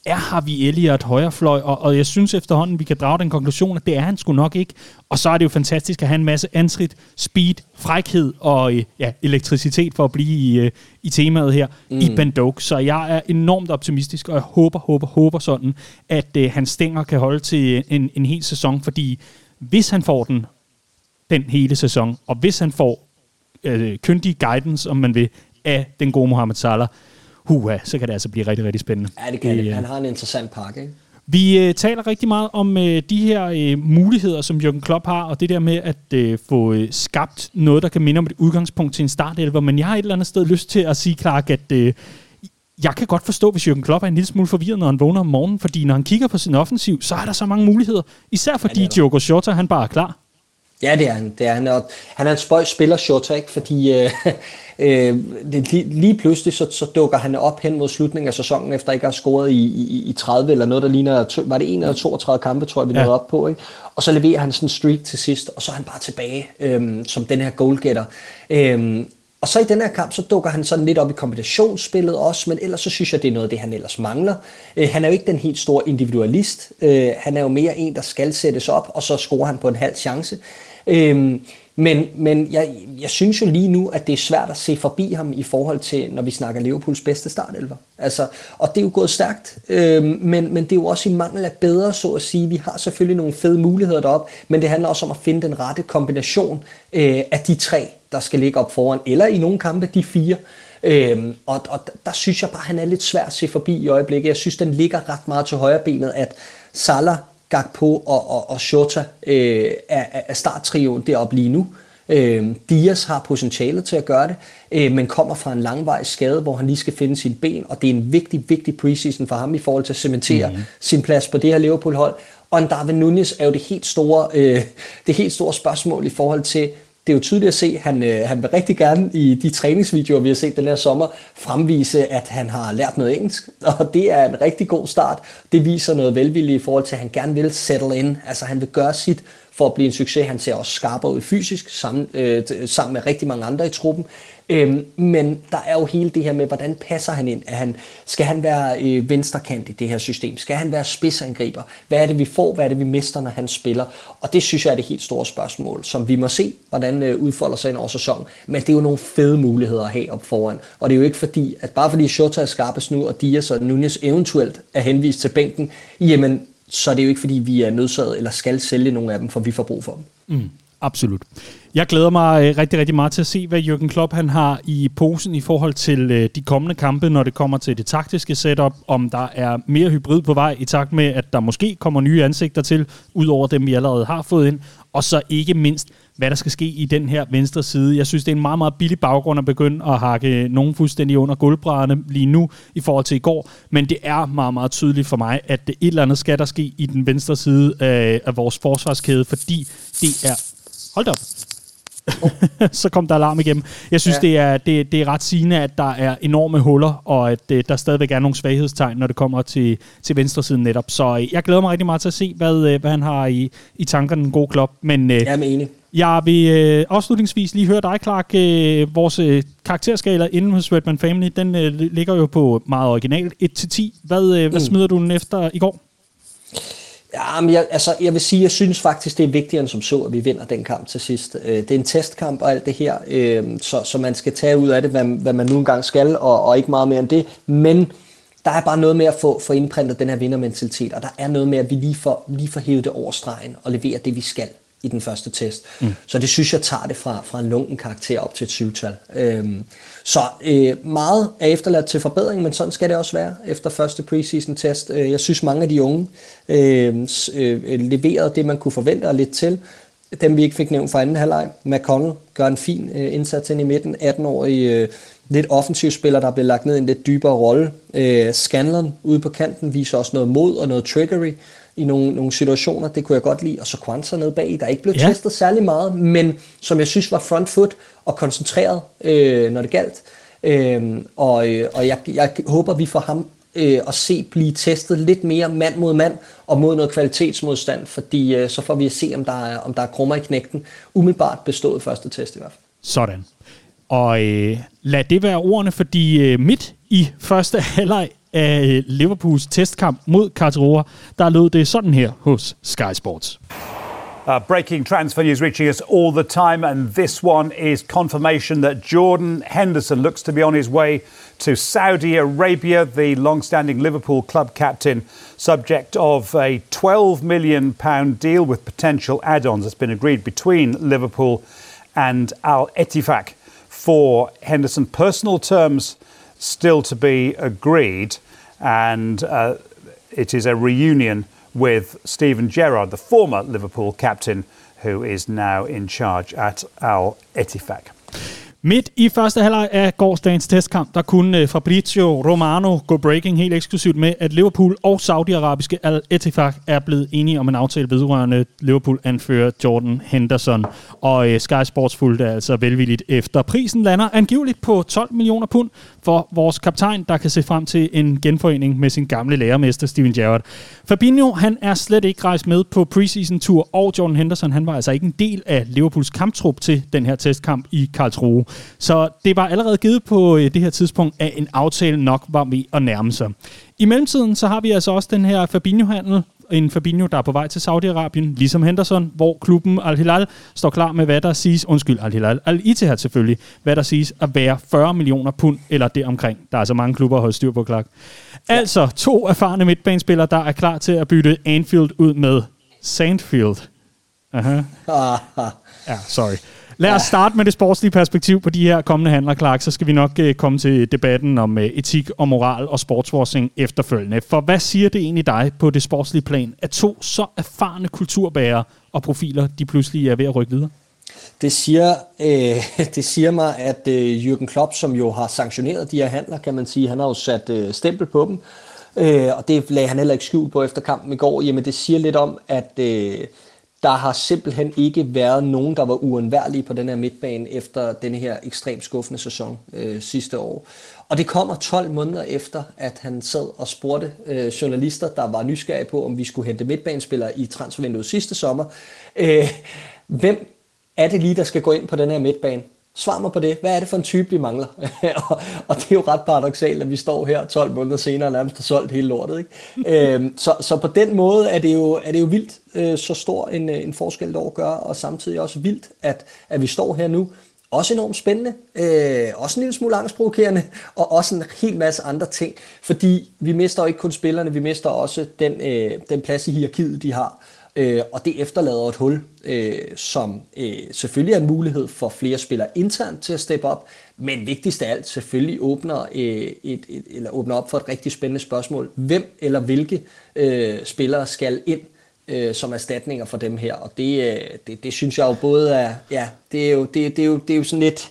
er Harvey Elliott højrefløj, og, og jeg synes efterhånden, vi kan drage den konklusion, at det er han sgu nok ikke. Og så er det jo fantastisk at have en masse antrit, speed, frækhed og ja, elektricitet for at blive i, i temaet her mm. i Ben Doak. Så jeg er enormt optimistisk, og jeg håber, håber, håber sådan, at uh, hans stænger kan holde til en, en hel sæson, fordi hvis han får den, den hele sæson, og hvis han får uh, kyndig guidance, om man vil, af den gode Mohamed Salah, Huha, så kan det altså blive rigtig, rigtig spændende. Ja, det kan det. Han har en interessant pakke, ikke? Vi øh, taler rigtig meget om øh, de her øh, muligheder, som Jürgen Klopp har, og det der med at øh, få øh, skabt noget, der kan minde om et udgangspunkt til en startelver. Men jeg har et eller andet sted lyst til at sige, Clark, at øh, jeg kan godt forstå, hvis Jürgen Klopp er en lille smule forvirret, når han vågner om morgenen, fordi når han kigger på sin offensiv, så er der så mange muligheder. Især fordi ja, Diogo Jota, han bare er klar. Ja, det er han. Det er han. Og han er en spøjs spiller, Jota, ikke? Fordi øh, øh, det, lige, lige pludselig så, så dukker han op hen mod slutningen af sæsonen, efter ikke at have scoret i, i, i tredive eller noget, der ligner, var det en eller toogtredive kampe, tror jeg, vi nåede ja. op på, ikke? Og så leverer han sådan en streak til sidst, og så er han bare tilbage øh, som den her goalgetter. Øh, Og så i den her kamp, så dukker han sådan lidt op i kombinationsspillet også, men ellers så synes jeg, det er noget af det, han ellers mangler. Øh, han er jo ikke den helt store individualist. Øh, han er jo mere en, der skal sættes op, og så scorer han på en halv chance. Øh, men men jeg, jeg synes jo lige nu, at det er svært at se forbi ham i forhold til, når vi snakker Liverpools bedste startelver. Altså, og det er jo gået stærkt, øh, men, men det er jo også i mangel af bedre, så at sige. Vi har selvfølgelig nogle fede muligheder deroppe, men det handler også om at finde den rette kombination øh, af de tre, der skal ligge op foran, eller i nogle kampe de fire. Øhm, og, og der synes jeg bare, han er lidt svær at se forbi i øjeblikket. Jeg synes, den ligger ret meget til højre benet, at Salah, Gakpo og, og, og Jota øh, er, er starttrioen deroppe lige nu. Øh, Diaz har potentialet til at gøre det, øh, men kommer fra en langvarig skade, hvor han lige skal finde sine ben, og det er en vigtig, vigtig preseason for ham i forhold til at cementere mm-hmm. sin plads på det her Liverpool-hold. Og en Darwin Núñez er jo det helt store, øh, det helt store spørgsmål i forhold til. Det er jo tydeligt at se, at han, øh, han vil rigtig gerne i de træningsvideoer, vi har set den her sommer, fremvise, at han har lært noget engelsk. Og det er en rigtig god start. Det viser noget velvilje i forhold til, at han gerne vil settle in. Altså han vil gøre sit for at blive en succes. Han ser også skarpere ud fysisk, sammen, øh, sammen med rigtig mange andre i truppen. Øhm, men der er jo hele det her med, hvordan passer han ind? Er han, skal han være øh, venstrekant i det her system? Skal han være spidsangriber? Hvad er det, vi får? Hvad er det, vi mister, når han spiller? Og det synes jeg er det helt store spørgsmål, som vi må se, hvordan øh, udfolder sig ind over sæsonen. Men det er jo nogle fede muligheder at have op foran. Og det er jo ikke fordi, at bare fordi Jota er skarpest nu, og Diaz og Núñez eventuelt er henvist til bænken, jamen så er det jo ikke fordi, vi er nødsaget eller skal sælge nogle af dem, for vi får brug for dem. Mm. Absolut. Jeg glæder mig rigtig, rigtig meget til at se, hvad Jürgen Klopp han har i posen i forhold til de kommende kampe, når det kommer til det taktiske setup, om der er mere hybrid på vej i takt med, at der måske kommer nye ansigter til, ud over dem, vi allerede har fået ind, og så ikke mindst, hvad der skal ske i den her venstre side. Jeg synes, det er en meget, meget billig baggrund at begynde at hakke nogen fuldstændig under gulvbrædderne lige nu i forhold til i går, men det er meget, meget tydeligt for mig, at et eller andet skal der ske i den venstre side af, af vores forsvarskæde, fordi det er Hold da op. Oh. Så kom der alarm igennem. Jeg synes, ja. det, er, det, det er ret sigende, at der er enorme huller, og at uh, der stadigvæk er nogle svaghedstegn, når det kommer til, til venstresiden netop. Så uh, jeg glæder mig rigtig meget til at se, hvad, uh, hvad han har i, i tankerne, den gode Klopp. Men uh, jeg er enig. Jeg vil uh, afslutningsvis lige høre dig, Clark. Uh, vores uh, karakterskala inden hos Redman Family, den uh, ligger jo på meget originalt et til ti. Hvad, uh, mm. hvad smider du den efter i går? Ja, men jeg, altså, jeg vil sige, jeg synes faktisk, det er vigtigere end som så, at vi vinder den kamp til sidst. Det er en testkamp og alt det her, så, så man skal tage ud af det, hvad, hvad man nu engang skal, og, og ikke meget mere end det. Men der er bare noget med at få, få indprintet den her vindermentalitet, og der er noget med, at vi lige får, lige får hævet det over stregen og levere det, vi skal i den første test. Mm. Så det synes jeg tager det fra, fra en lunken karakter op til et syvtal. Øhm, så øh, meget er efterladt til forbedring, men sådan skal det også være efter første preseason test. Øh, jeg synes mange af de unge øh, øh, leverede det, man kunne forvente og lidt til. Dem vi ikke fik nævnt fra anden halvleg. McConnell gør en fin øh, indsats ind i midten. atten-årig øh, lidt offensiv spiller, der bliver lagt ned i en lidt dybere rolle. Øh, Scanlon ude på kanten viser også noget mod og noget trickery i nogle, nogle situationer, det kunne jeg godt lide, og så Kwanza nede bag, der ikke blev ja. testet særlig meget, men som jeg synes var front foot og koncentreret, øh, når det galt. Øh, og og jeg, jeg håber, vi får ham øh, at se blive testet lidt mere mand mod mand, og mod noget kvalitetsmodstand, fordi øh, så får vi at se, om der er, om der er krummer i knægten. Umiddelbart bestået første test i hvert fald. Sådan. Og øh, lad det være ordene, fordi øh, midt i første halvleg af Liverpools testkamp mod Karlsruhe, der lød det sådan her hos Sky Sports. Uh, breaking transfer news reaching us all the time, and this one is confirmation that Jordan Henderson looks to be on his way to Saudi Arabia. The long-standing Liverpool club captain, subject of a twelve million pound deal with potential add-ons, has been agreed between Liverpool and Al Ettifaq. For Henderson, personal terms still to be agreed, and uh, it is a reunion with Steven Gerrard, the former Liverpool captain, who is now in charge at Al Ettifaq. Midt i første halvleg af gårsdagens testkamp, der kunne Fabrizio Romano gå breaking helt eksklusivt med, at Liverpool og saudiarabiske Al Ettifaq er blevet enige om en aftale vedrørende Liverpool-anfører Jordan Henderson. Og Sky Sports fulgte altså velvilligt efter. Prisen lander angiveligt på tolv millioner pund for vores kaptajn, der kan se frem til en genforening med sin gamle lærermester Steven Gerrard. Fabinho, han er slet ikke rejst med på preseason-tur, og Jordan Henderson, han var altså ikke en del af Liverpools kamptrup til den her testkamp i Karlsruhe. Så det var allerede givet på det her tidspunkt, at en aftale nok var ved at nærme sig. I mellemtiden så har vi altså også den her Fabinho-handel. En Fabinho, der er på vej til Saudi-Arabien, ligesom Henderson, hvor klubben Al-Hilal står klar med, hvad der siges, undskyld Al-Hilal, Al-Ittihad selvfølgelig, hvad der siges at være fyrre millioner pund eller deromkring. Der er så mange klubber at holde styr på, Clark. Altså to erfarne midtbanespillere, der er klar til at bytte Anfield ud med Sandfield. Aha. Ja, sorry. Lad os starte med det sportslige perspektiv på de her kommende handler, Clark, så skal vi nok uh, komme til debatten om uh, etik og moral og sportswashing efterfølgende. For hvad siger det egentlig dig på det sportslige plan, at to så erfarne kulturbærere og profiler, de pludselig er ved at rykke videre? Det siger, øh, det siger mig, at øh, Jürgen Klopp, som jo har sanktioneret de her handler, kan man sige, han har jo sat øh, stempel på dem, øh, og det lagde han heller ikke skjul på efter kampen i går. Jamen det siger lidt om, at øh, der har simpelthen ikke været nogen, der var uundværlige på den her midtbane efter den her ekstremt skuffende sæson øh, sidste år. Og det kommer tolv måneder efter, at han sad og spurgte øh, journalister, der var nysgerrige på, om vi skulle hente midtbanespillere i transfervinduet sidste sommer. Øh, hvem er det lige, der skal gå ind på den her midtbane? Svar mig på det. Hvad er det for en type, vi mangler? og, og det er jo ret paradoksalt, at vi står her tolv måneder senere og nærmest har solgt hele lortet. Ikke? øhm, så, så på den måde er det jo, er det jo vildt, øh, så stor en, en forskel, der gør, og samtidig også vildt, at, at vi står her nu. Også enormt spændende, øh, også en lille smule angstprovokerende, og også en hel masse andre ting. Fordi vi mister jo ikke kun spillerne, vi mister også den, øh, den plads i hierarkiet, de har. Øh, og det efterlader et hul, øh, som øh, selvfølgelig er en mulighed for flere spillere internt til at steppe op, men vigtigst af alt selvfølgelig åbner, øh, et, et, eller åbner op for et rigtig spændende spørgsmål. Hvem eller hvilke øh, spillere skal ind øh, som erstatninger for dem her? Og det, øh, det, det synes jeg jo både er, ja, det er jo, det, det er jo, det er jo sådan lidt...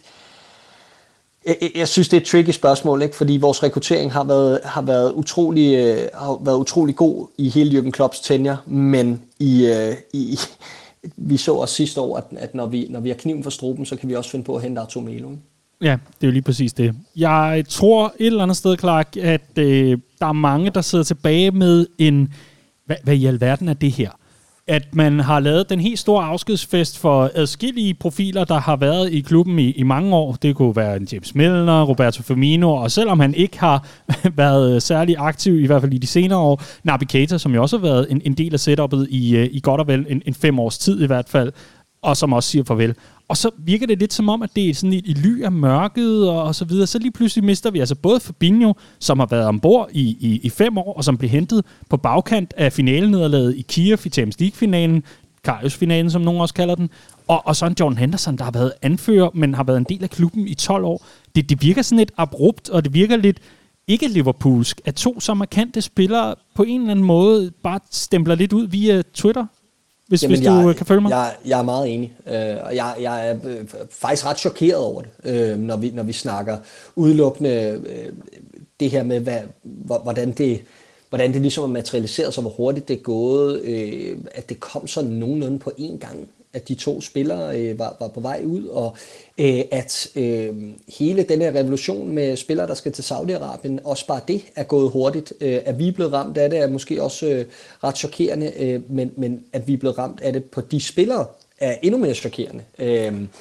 Jeg, jeg synes, det er et tricky spørgsmål, ikke? Fordi vores rekruttering har været, har været, utrolig, øh, har været utrolig god i hele Jürgen Klopps tenure, men i, øh, i, vi så også sidste år, at, at når, vi, når vi har kniven for struben, så kan vi også finde på at hente Artur Melo. Ja, det er jo lige præcis det. Jeg tror et eller andet sted, Clark, at øh, der er mange, der sidder tilbage med en... Hvad, hvad i alverden er det her? At man har lavet den helt store afskedsfest for adskillige profiler, der har været i klubben i, i mange år. Det kunne være James Milner, Roberto Firmino, og selvom han ikke har været særlig aktiv, i hvert fald i de senere år, Naby Keita, som jo også har været en, en del af setup'et i, i godt og vel en, en fem års tid i hvert fald, og som også siger farvel. Og så virker det lidt som om, at det er sådan et ly af mørket og, og så videre. Så lige pludselig mister vi altså både Fabinho, som har været ombord i, i, i fem år, og som blev hentet på bagkant af finalenederlaget i Kiev i Champions League-finalen, Karius-finalen, som nogen også kalder den, og, og så en Jordan Henderson, der har været anfører, men har været en del af klubben i tolv år. Det, det virker sådan lidt abrupt, og det virker lidt ikke liverpoolsk, at to så markante spillere på en eller anden måde bare stempler lidt ud via Twitter. Hvis, hvis du jeg, kan følge mig. Jeg, jeg er meget enig, øh, og jeg, jeg er øh, faktisk ret chokeret over det, øh, når, vi, når vi snakker udelukkende øh, det her med, hvad, hvordan, det, hvordan det ligesom er materialiseret sig, hvor hurtigt det er gået, øh, at det kom sådan nogenlunde på én gang, at de to spillere øh, var, var på vej ud, og øh, at øh, hele den her revolution med spillere, der skal til Saudi-Arabien, også bare det er gået hurtigt. Øh, at vi er blevet ramt af det, er måske også øh, ret chokerende, øh, men, men at vi er blevet ramt af det på de spillere, er endnu mere chokerende. Øh,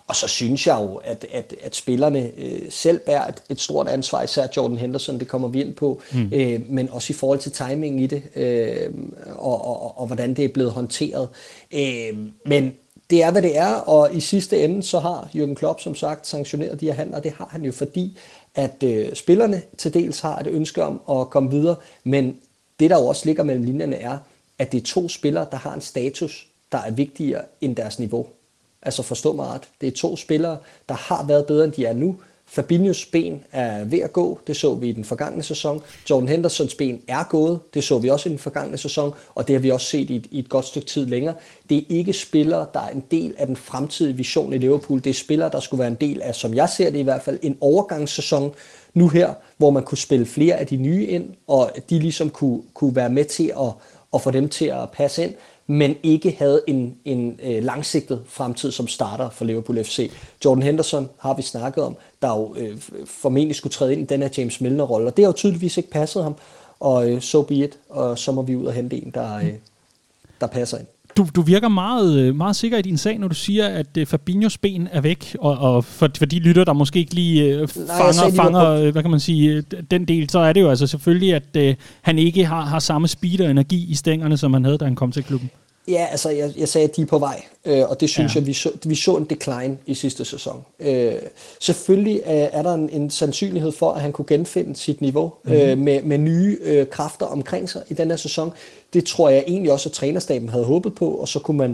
Og så synes jeg jo, at, at, at spillerne øh, selv bærer et, et stort ansvar, især Jordan Henderson, det kommer vi ind på, mm. øh, men også i forhold til timingen i det, øh, og, og, og, og hvordan det er blevet håndteret. Øh, men det er, hvad det er, og i sidste ende, så har Jürgen Klopp som sagt sanktioneret de her handler, og det har han jo fordi, at øh, spillerne til dels har et ønske om at komme videre, men det, der jo også ligger mellem linjerne, er, at det er to spillere, der har en status, der er vigtigere end deres niveau. Altså forstå mig ret. Det er to spillere, der har været bedre, end de er nu. Fabinhos ben er ved at gå, det så vi i den forgangne sæson. Jordan Hendersons ben er gået, det så vi også i den forgangne sæson, og det har vi også set i et, i et godt stykke tid længere. Det er ikke spillere, der er en del af den fremtidige vision i Liverpool. Det er spillere, der skulle være en del af, som jeg ser det i hvert fald, en overgangssæson nu her, hvor man kunne spille flere af de nye ind, og de ligesom kunne, kunne være med til at, at få dem til at passe ind, men ikke havde en, en øh, langsigtet fremtid som starter for Liverpool F C. Jordan Henderson har vi snakket om, der jo øh, formentlig skulle træde ind i den her James Milner-rolle, og det har jo tydeligvis ikke passet ham, og øh, so be it, og så må vi ud og hente en, der, øh, der passer ind. Du, du virker meget, meget sikker i din sag, når du siger, at uh, Fabinhos ben er væk, og, og for, for de lytter, der måske ikke lige uh, fanger, Nej, fanger på... hvad kan man sige, den del, så er det jo altså selvfølgelig, at uh, han ikke har, har samme speed og energi i stængerne, som han havde, da han kom til klubben. Ja, altså jeg, jeg sagde, at de er på vej, øh, og det synes ja. jeg, vi så, vi så en decline i sidste sæson. Øh, selvfølgelig øh, er der en, en sandsynlighed for, at han kunne genfinde sit niveau mm-hmm. øh, med, med nye øh, kræfter omkring sig i den her sæson. Det tror jeg egentlig også, at trænerstaben havde håbet på, og så kunne man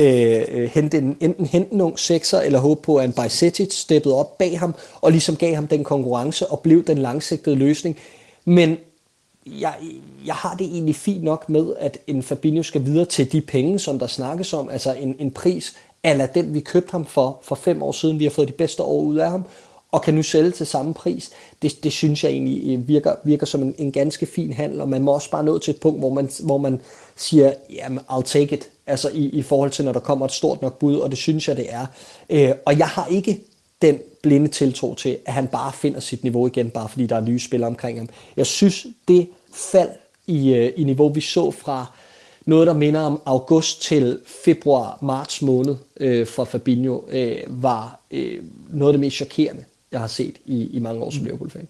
øh, hente en, enten hente en ung sekser, eller håbe på, at en Bajcetic steppede op bag ham, og ligesom gav ham den konkurrence, og blev den langsigtede løsning. Men Jeg, jeg har det egentlig fint nok med, at en Fabinho skal videre til de penge, som der snakkes om, altså en, en pris, eller den vi købte ham for, for fem år siden, vi har fået de bedste år ud af ham, og kan nu sælge til samme pris. Det, det synes jeg egentlig virker, virker som en, en ganske fin handel, og man må også bare nå til et punkt, hvor man, hvor man siger, jamen, I'll take it, altså i, i forhold til, når der kommer et stort nok bud, og det synes jeg, det er. Øh, og jeg har ikke den blinde tiltro til, at han bare finder sit niveau igen, bare fordi der er nye spillere omkring ham. Jeg synes, det fald i, i niveau, vi så fra noget, der minder om august til februar, marts måned øh, for Fabinho, øh, var øh, noget af det mest chokerende, jeg har set i, i mange år som Liverpool-fan.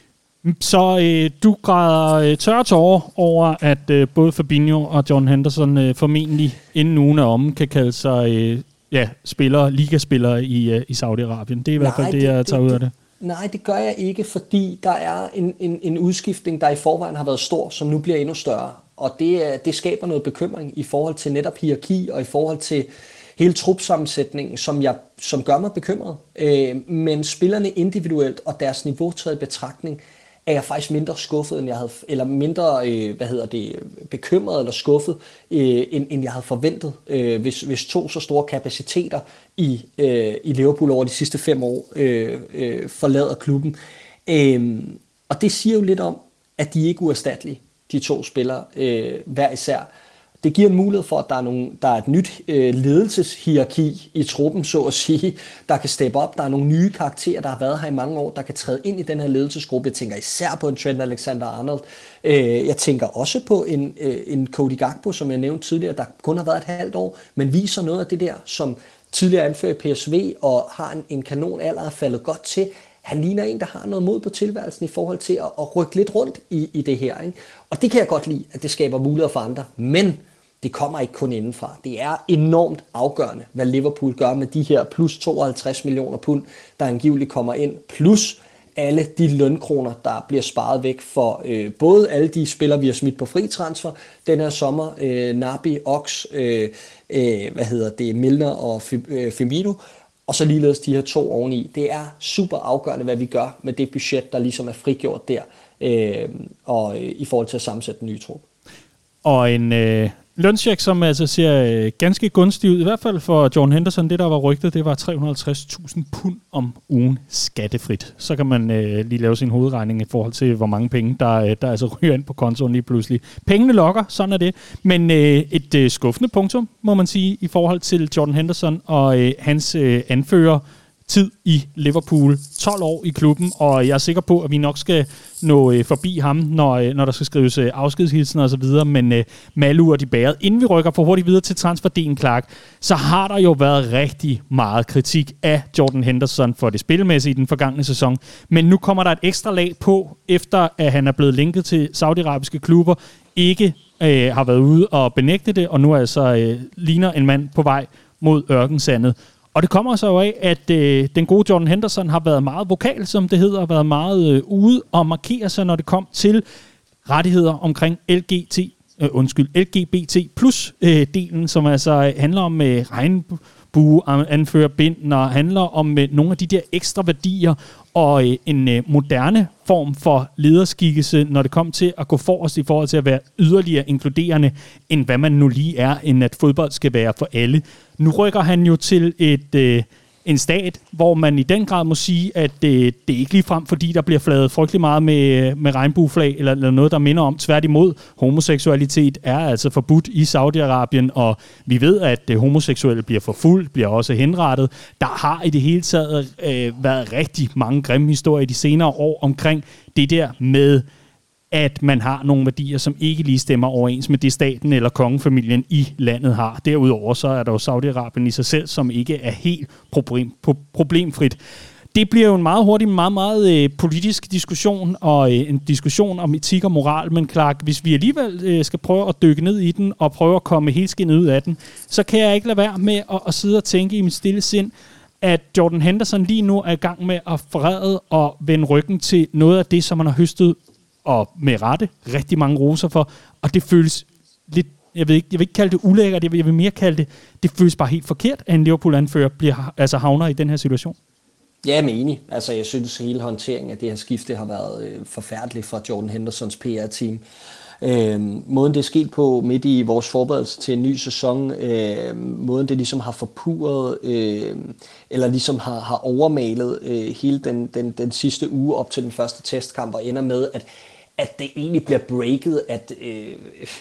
Så øh, du græder øh, tørre tårer over, at øh, både Fabinho og John Henderson øh, formentlig inden ugen er omme, kan kalde sig øh, ja, spillere, ligaspillere i, øh, i Saudi-Arabien. Det er i hvert fald det, jeg tager ud af det. Nej, det gør jeg ikke, fordi der er en, en, en udskiftning, der i forvejen har været stor, som nu bliver endnu større. Og det, det skaber noget bekymring i forhold til netop hierarki og i forhold til hele trupsammensætningen, som, jeg, som gør mig bekymret. Øh, men spillerne individuelt og deres niveau taget i betragtning, er jeg faktisk mindre skuffet, end jeg havde, eller mindre, øh, hvad hedder det, bekymret eller skuffet, øh, end, end jeg havde forventet, øh, hvis, hvis to så store kapaciteter i, øh, i Liverpool over de sidste fem år øh, øh, forlader klubben. Øh, og det siger jo lidt om, at de ikke er uerstattelige, de to spillere, øh, hver især. Det giver en mulighed for, at der er, nogle, der er et nyt øh, ledelseshierarki i truppen, så at sige, der kan steppe op. Der er nogle nye karakterer, der har været her i mange år, der kan træde ind i den her ledelsesgruppe. Jeg tænker især på en Trent Alexander-Arnold. Øh, jeg tænker også på en, øh, en Cody Gakpo, som jeg nævnte tidligere, der kun har været et halvt år, men viser noget af det der, som tidligere anfører i P S V og har en, en kanon alder er faldet godt til. Han ligner en, der har noget mod på tilværelsen i forhold til at, at rykke lidt rundt i, i det her. Ikke? Og det kan jeg godt lide, at det skaber muligheder for andre. Men det kommer ikke kun indenfra. Det er enormt afgørende, hvad Liverpool gør med de her plus tooghalvtreds millioner pund, der angiveligt kommer ind. Plus alle de lønkroner, der bliver sparet væk for øh, både alle de spillere, vi har smidt på fri transfer den her sommer. Øh, Naby, Ox, øh, øh, hvad hedder det, Milner og Firmino. Og så ligeledes de her to oveni. Det er super afgørende, hvad vi gør med det budget, der ligesom er frigjort der, øh, og øh, i forhold til at sammensætte den nye trup. Og en øh, løncheck, som altså ser øh, ganske gunstig ud, i hvert fald for Jordan Henderson. Det, der var rygtet, det var tre hundrede og halvtreds tusind pund om ugen skattefrit. Så kan man øh, lige lave sin hovedregning i forhold til, hvor mange penge, der, øh, der altså ryger ind på kontoen lige pludselig. Pengene lokker, sådan er det. Men øh, et øh, skuffende punktum, må man sige, i forhold til Jordan Henderson og øh, hans øh, anfører, tid i Liverpool. tolv år i klubben, og jeg er sikker på, at vi nok skal nå øh, forbi ham, når, øh, når der skal skrives øh, afskedshilsener og så videre, men øh, malur de bæret. Inden vi rykker for hurtigt videre til transferdelen, Clark, så har der jo været rigtig meget kritik af Jordan Henderson for det spilmæssige i den forgangne sæson, men nu kommer der et ekstra lag på, efter at han er blevet linket til saudiarabiske klubber, ikke øh, har været ude og benægte det, og nu altså øh, ligner en mand på vej mod ørkensandet. Og det kommer så jo af, at øh, den gode Jordan Henderson har været meget vokal, som det hedder, været meget øh, ude og markere sig, når det kom til rettigheder omkring L G T, øh, undskyld, L G B T plus øh, delen, som altså handler om øh, regnbue, anfører bind, og handler om øh, nogle af de der ekstra værdier og øh, en øh, moderne form for lederskikkelse, når det kom til at gå forrest i forhold til at være yderligere inkluderende, end hvad man nu lige er, end at fodbold skal være for alle. Nu rykker han jo til et, øh, en stat, hvor man i den grad må sige, at øh, det er ikke ligefrem, fordi der bliver flaget frygtelig meget med, med regnbueflag, eller, eller noget, der minder om. Tværtimod, homoseksualitet er altså forbudt i Saudi-Arabien, og vi ved, at øh, homoseksuelle bliver forfulgt, bliver også henrettet. Der har i det hele taget øh, været rigtig mange grimme historier de senere år omkring det der med, at man har nogle værdier, som ikke lige stemmer overens med det staten eller kongefamilien i landet har. Derudover så er der jo Saudi-Arabien i sig selv, som ikke er helt problem, problemfrit. Det bliver jo en meget hurtig, meget, meget øh, politisk diskussion, og øh, en diskussion om etik og moral, men Clark, hvis vi alligevel øh, skal prøve at dykke ned i den, og prøve at komme helskindet ud af den, så kan jeg ikke lade være med at, at sidde og tænke i mit stille sind, at Jordan Henderson lige nu er i gang med at forræde og vende ryggen til noget af det, som man har høstet og med rette rigtig mange roser for, og det føles lidt, jeg vil ikke, jeg vil ikke kalde det ulækkert, jeg vil, jeg vil mere kalde det, det føles bare helt forkert, at en Liverpool-anfører bliver, altså havner i den her situation. Ja, jeg er enig. Altså, jeg synes, at hele håndteringen af det her skifte har været øh, forfærdeligt fra Jordan Hendersons P R-team. Øh, måden det er sket på midt i vores forberedelse til en ny sæson, øh, måden det ligesom har forpurret, øh, eller ligesom har, har overmalet øh, hele den, den, den sidste uge op til den første testkamp, og ender med, at, at det egentlig bliver breaket, at... Øh,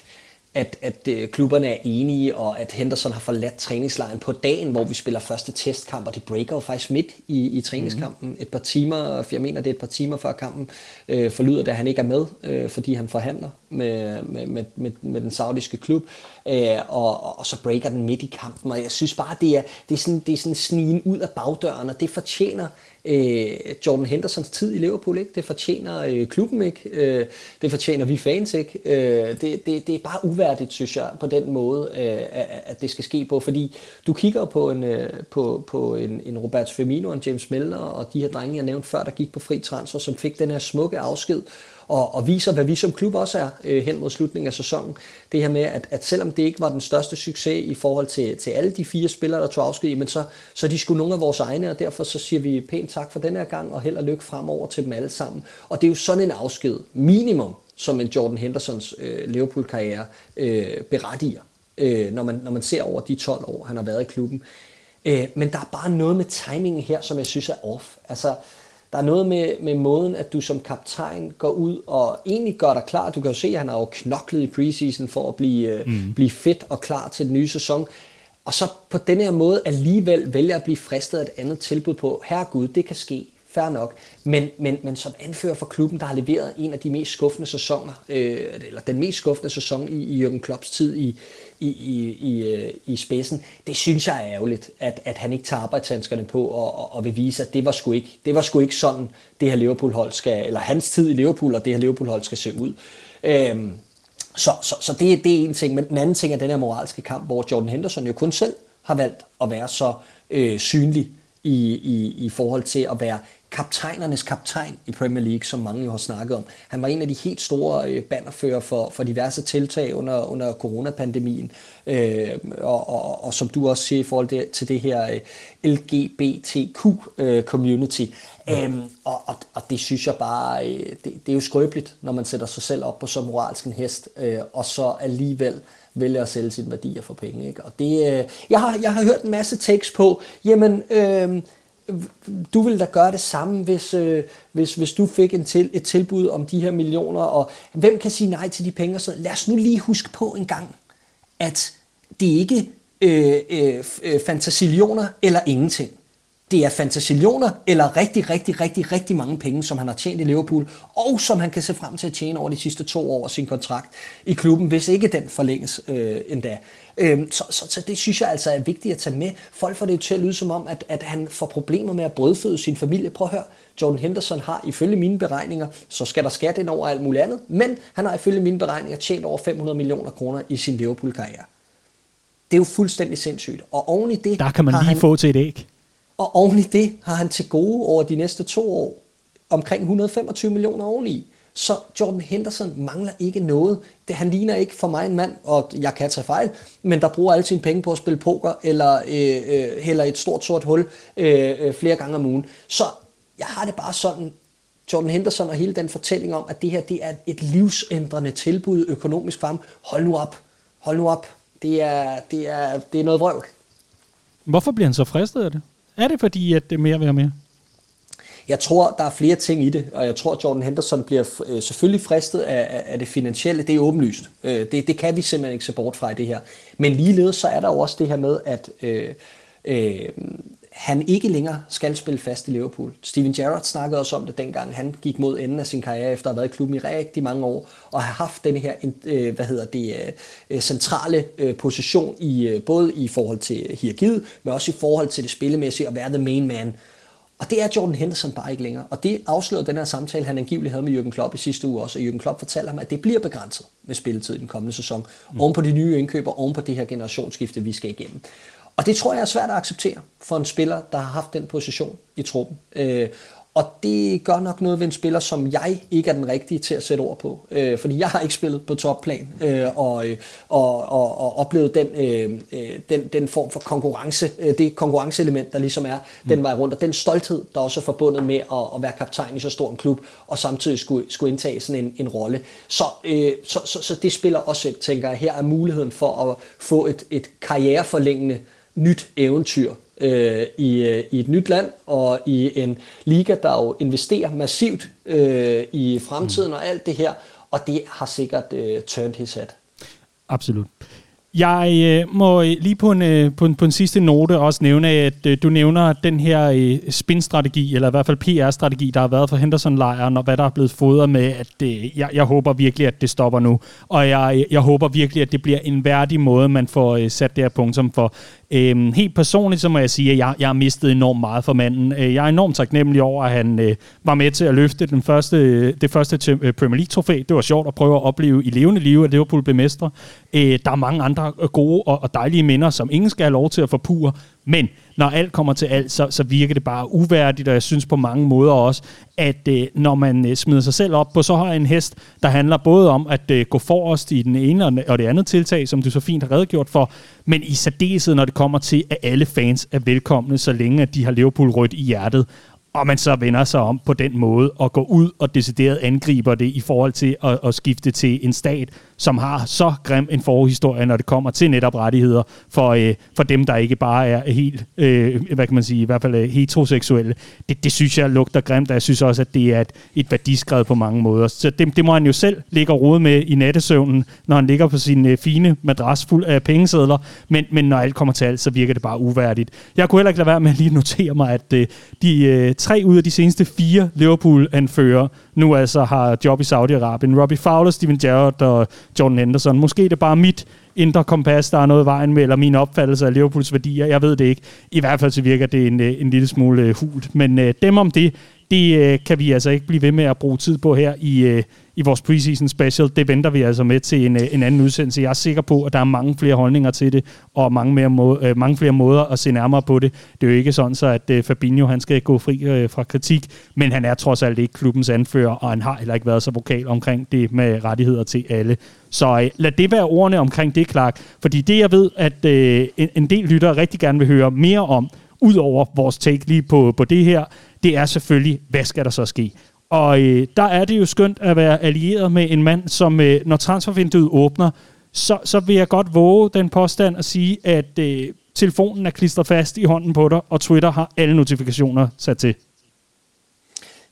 at, at øh, klubberne er enige, og at Henderson har forladt træningslejren på dagen, hvor vi spiller første testkamp, og de breaker jo faktisk midt i, i træningskampen. Mm-hmm. Et par timer, jeg mener det er et par timer før kampen, øh, forlyder det, at han ikke er med, øh, fordi han forhandler med, med, med, med, med den saudiske klub, øh, og, og så breaker den midt i kampen, og jeg synes bare, det er, det er sådan, det er sådan snigen ud af bagdøren, og det fortjener øh, Jordan Hendersons tid i Liverpool ikke, det fortjener øh, klubben ikke, øh, det fortjener vi fans ikke, øh, det, det, det er bare uværdigt, synes jeg, på den måde, øh, at det skal ske på, fordi du kigger på en, øh, på, på en, en Roberto Firmino og en James Milner, og de her drenge, jeg nævnte før, der gik på fri transfer, som fik den her smukke afsked, og, og viser, hvad vi som klub også er øh, hen mod slutningen af sæsonen. Det her med, at, at selvom det ikke var den største succes i forhold til, til alle de fire spillere, der tog afsked, men så, så de skulle nogle af vores egne, og derfor så siger vi pænt tak for den her gang, og held og lykke fremover til dem alle sammen. Og det er jo sådan en afsked, minimum, som en Jordan Hendersons øh, Liverpool-karriere øh, berettiger, øh, når, man, når man ser over de tolv år, han har været i klubben. Øh, men der er bare noget med timingen her, som jeg synes er off. Altså, der er noget med, med måden, at du som kaptajn går ud og egentlig gør dig klar. Du kan jo se, at han har jo knoklet i preseason for at blive, mm. blive fedt og klar til den nye sæson. Og så på den her måde alligevel vælger at blive fristet af et andet tilbud på. Herregud, det kan ske. Fair nok. Men, men, men som anfører for klubben, der har leveret en af de mest skuffende sæsoner, øh, eller den mest skuffende sæson i, i Jürgen Klopps tid i, i, i, i, i spidsen, det synes jeg er ærgerligt, at, at han ikke tager arbejdshandskerne på og, og, og vil vise, at det var sgu ikke, det var sgu ikke sådan, det her Liverpool-hold skal, eller hans tid i Liverpool og det her Liverpool-hold skal se ud. Øhm, så så, så det, det er en ting, men den anden ting er den her moralske kamp, hvor Jordan Henderson jo kun selv har valgt at være så øh, synlig i, i, i forhold til at være kaptajnernes kaptajn i Premier League, som mange jo har snakket om. Han var en af de helt store øh, bannerfører for, for diverse tiltag under, under coronapandemien, øh, og, og, og som du også siger i forhold til, til det her øh, L G B T Q-community. Øh, øhm, og, og, og det synes jeg bare, øh, det, det er jo skrøbeligt, når man sætter sig selv op på så moralsk en hest, øh, og så alligevel vælger at sælge sine værdier for penge. Ikke? Og det, øh, jeg, har, jeg har hørt en masse takes på, jamen, øh, du ville da gøre det samme, hvis, øh, hvis, hvis du fik en til, et tilbud om de her millioner, og hvem kan sige nej til de penge? Så lad os nu lige huske på en gang, at det ikke øh, øh, fantasillioner eller ingenting. Det er fantasillioner eller rigtig, rigtig, rigtig, rigtig mange penge, som han har tjent i Liverpool, og som han kan se frem til at tjene over de sidste to år af sin kontrakt i klubben, hvis ikke den forlænges øh, endda. Øhm, så, så, så det synes jeg altså er vigtigt at tage med. Folk får det jo til at lyde som om, at, at han får problemer med at brødføde sin familie. Prøv at høre, Jordan Henderson har ifølge mine beregninger, så skal der skat ind over alt muligt andet, men han har ifølge mine beregninger tjent over fem hundrede millioner kroner i sin Liverpool-karriere. Det er jo fuldstændig sindssygt. Og oven i det der kan man lige han, få til et æg. Og oven i det har han til gode over de næste to år omkring et hundrede og femogtyve millioner oveni. Så Jordan Henderson mangler ikke noget. Det, han ligner ikke for mig en mand, og jeg kan tage fejl, men der bruger alle sine penge på at spille poker, eller øh, øh, hælder et stort sort hul øh, øh, flere gange om ugen. Så jeg har det bare sådan, Jordan Henderson og hele den fortælling om, at det her det er et livsændrende tilbud økonomisk for ham. Hold nu op. Hold nu op. Det er, det er, det er noget vrøvl. Hvorfor bliver han så fristet af det? Er det fordi, at det er mere vil have mere? Jeg tror, der er flere ting i det, og jeg tror, at Jordan Henderson bliver øh, selvfølgelig fristet af, af det finansielle. Det er åbenlyst. Øh, det, det kan vi simpelthen ikke se bort fra i det her. Men ligeledes så er der jo også det her med, at øh, øh, han ikke længere skal spille fast i Liverpool. Steven Gerrard snakkede også om det dengang, han gik mod enden af sin karriere, efter at have været i klubben i rigtig mange år, og har haft denne her, øh, hvad hedder det, øh, centrale øh, position, i øh, både i forhold til hierarkiet, men også i forhold til det spillemæssige, at være the main man. Og det er Jordan Henderson bare ikke længere. Og det afslørede den her samtale, han angiveligt havde med Jürgen Klopp i sidste uge også. Og Jürgen Klopp fortalte ham, at det bliver begrænset med spilletid i den kommende sæson. Mm. Oven på de nye indkøber, oven på det her generationsskifte, vi skal igennem. Og det tror jeg er svært at acceptere for en spiller, der har haft den position i truppen. Øh, og det gør nok noget ved en spiller, som jeg ikke er den rigtige til at sætte ord på. Øh, fordi jeg har ikke spillet på topplan øh, og, og, og, og oplevet den, øh, den, den form for konkurrence, øh, det konkurrenceelement, der ligesom er mm. den vej rundt. Og den stolthed, der også er forbundet med at, at være kaptajn i så stor en klub, og samtidig skulle, skulle indtage sådan en, en rolle. Så, øh, så, så, så det spiller også, tænker jeg, her er muligheden for at få et, et karriereforlængende nyt eventyr øh, i, øh, i et nyt land og i en liga, der jo investerer massivt øh, i fremtiden mm. og alt det her, og det har sikkert øh, turned his head. Absolut. Jeg øh, må lige på en, øh, på, en, på en sidste note også nævne, at øh, du nævner den her øh, spin-strategi, eller i hvert fald P R-strategi, der har været for Henderson-lejren, og hvad der er blevet fodret med, at øh, jeg, jeg håber virkelig, at det stopper nu. Og jeg, jeg håber virkelig, at det bliver en værdig måde, man får øh, sat det her punktum for. Øhm, helt personligt, så må jeg sige, at jeg, jeg har mistet enormt meget for manden. Jeg er enormt taknemmelig over, at han øh, var med til at løfte den første, det første Premier League-trofæ. Det var sjovt at prøve at opleve i levende liv, at Liverpool blev mestre. Øh, der er mange andre gode og, og dejlige minder, som ingen skal have lov til at forpure. Men når alt kommer til alt, så, så virker det bare uværdigt, og jeg synes på mange måder også, at øh, når man øh, smider sig selv op på så høj en hest, der handler både om at øh, gå forrest i den ene og det andet tiltag, som du så fint har redegjort for, men i særdeleshed, når det kommer til, at alle fans er velkomne, så længe at de har Liverpool rødt i hjertet, og man så vender sig om på den måde og går ud og decideret angriber det i forhold til at, at skifte til en stat, som har så grim en forhistorie, når det kommer til netop rettigheder for, øh, for dem, der ikke bare er helt, øh, hvad kan man sige, i hvert fald øh, heteroseksuelle. Det, det synes jeg lugter grimt, og jeg synes også, at det er et, et værdiskred på mange måder. Så det, det må han jo selv ligge og rode med i nattesøvnen, når han ligger på sin øh, fine madras fuld af pengesedler, men, men når alt kommer til alt, så virker det bare uværdigt. Jeg kunne heller ikke lade være med at lige notere mig, at øh, de øh, tre ud af de seneste fire Liverpool-anfører nu altså har job i Saudi-Arabien. Robbie Fowler, Steven Gerrard og Jordan Henderson. Måske det er bare mit indre kompas, der er noget vejen med, eller min opfattelse af Liverpools værdier. Jeg ved det ikke. I hvert fald så virker det en, en lille smule hult. Men øh, dem om det, det øh, kan vi altså ikke blive ved med at bruge tid på her i, øh, i vores preseason special. Det venter vi altså med til en, en anden udsendelse. Jeg er sikker på, at der er mange flere holdninger til det, og mange, mere må, øh, mange flere måder at se nærmere på det. Det er jo ikke sådan, så at øh, Fabinho han skal gå fri øh, fra kritik, men han er trods alt ikke klubbens anfører, og han har heller ikke været så vokal omkring det med rettigheder til alle. Så øh, lad det være ordene omkring det, Clark. Fordi det, jeg ved, at øh, en, en del lyttere rigtig gerne vil høre mere om, ud over vores take lige på, på det her, det er selvfølgelig, hvad skal der så ske? Og øh, der er det jo skønt at være allieret med en mand, som øh, når transfervinduet åbner, så, så vil jeg godt våge den påstand at sige, at øh, telefonen er klistret fast i hånden på dig, og Twitter har alle notifikationer sat til.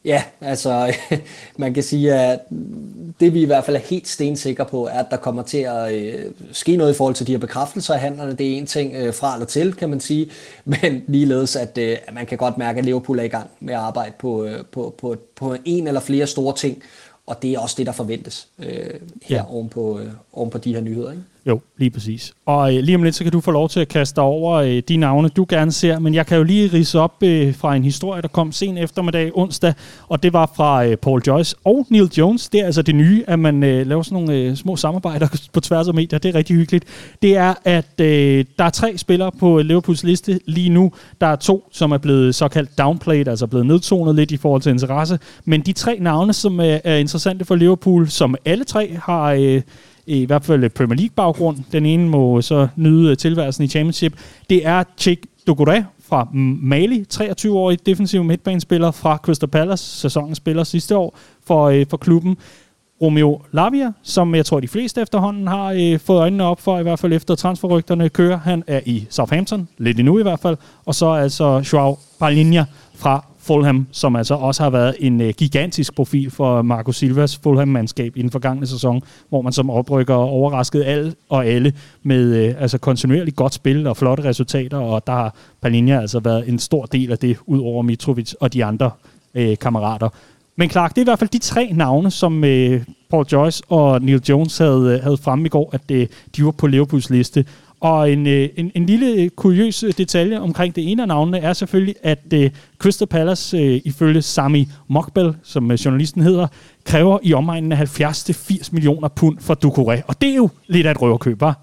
Ja, altså man kan sige, at det vi i hvert fald er helt stensikre på, er, at der kommer til at øh, ske noget i forhold til de her bekræftelser af handlerne. Det er en ting øh, fra eller til, kan man sige, men ligeledes, at, øh, at man kan godt mærke, at Liverpool er i gang med at arbejde på, øh, på, på, på en eller flere store ting, og det er også det, der forventes øh, her ja. oven, på, øh, oven på de her nyheder, ikke? Jo, lige præcis. Og øh, lige om lidt, så kan du få lov til at kaste dig over øh, de navne, du gerne ser, men jeg kan jo lige ridse op øh, fra en historie, der kom sen eftermiddag onsdag, og det var fra øh, Paul Joyce og Neil Jones. Det er altså det nye, at man øh, laver sådan nogle øh, små samarbejder på tværs af medier. Det er rigtig hyggeligt. Det er, at øh, der er tre spillere på Liverpools liste lige nu. Der er to, som er blevet såkaldt downplayed, altså blevet nedtonet lidt i forhold til interesse, men de tre navne, som øh, er interessante for Liverpool, som alle tre har... Øh, i hvert fald Premier League-baggrund. Den ene må så nyde tilværelsen i Championship. Det er Cheick Doucouré fra Mali, treogtyve-årig defensiv midtbanespiller fra Crystal Palace, sæsonens spiller sidste år for, øh, for klubben. Romeo Lavia, som jeg tror de fleste efterhånden har øh, fået øjnene op for, i hvert fald efter transferrygterne kører. Han er i Southampton, lidt endnu i hvert fald. Og så altså João Palhinha fra Fulham, som altså også har været en øh, gigantisk profil for Marco Silvas Fulham-mandskab i den forgangne sæson, hvor man som oprykker overraskede alle og alle med øh, altså kontinuerligt godt spil og flotte resultater, og der har Palhinha altså været en stor del af det, ud over Mitrovic og de andre øh, kammerater. Men Clark, det er i hvert fald de tre navne, som øh, Paul Joyce og Neil Jones havde, havde fremme i går, at øh, de var på Liverpools liste. Og en, en, en lille kuriøs detalje omkring det ene af navnene er selvfølgelig, at uh, Crystal Palace, uh, ifølge Sami Mokbel, som uh, journalisten hedder, kræver i omegnen af halvfjerds til firs millioner pund for Doucouré. Og det er jo lidt af et røverkøb, hva'?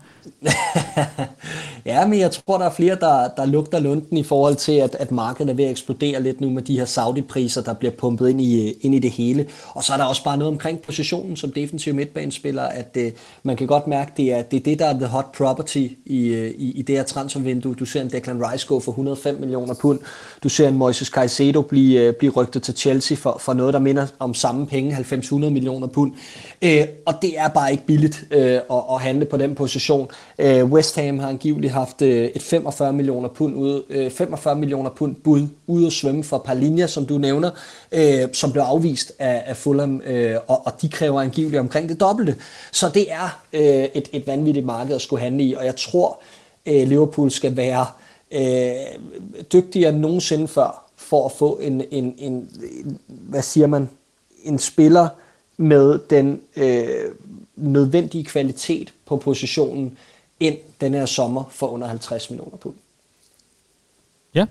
Ja, men jeg tror, der er flere, der, der lugter lunden i forhold til, at, at markedet er ved at eksplodere lidt nu med de her Saudi-priser, der bliver pumpet ind i, ind i det hele. Og så er der også bare noget omkring positionen som defensiv midtbanespiller, at uh, man kan godt mærke, det er, det er det, der er the hot property i, i, i det her transfervindue. Du ser en Declan Rice gå for hundrede og fem millioner pund. Du ser en Moises Caicedo blive, uh, blive rygtet til Chelsea for, for noget, der minder om samme penge, halvfems til hundrede millioner pund. Uh, og det er bare ikke billigt uh, at, at handle på den position. Uh, West Ham har angiveligt haft uh, et femogfyrre millioner pund ude, uh, femogfyrre millioner pund bud ude at svømme for Palhinha, som du nævner, uh, som blev afvist af, af Fulham, uh, og, og de kræver angiveligt omkring det dobbelte. Så det er uh, et, et vanvittigt marked at skulle handle i, og jeg tror, uh, Liverpool skal være uh, dygtigere end nogensinde før for at få en, en, en, en hvad siger man, en spiller med den øh, nødvendige kvalitet på positionen ind den her sommer for under halvtreds millioner pund. Ja.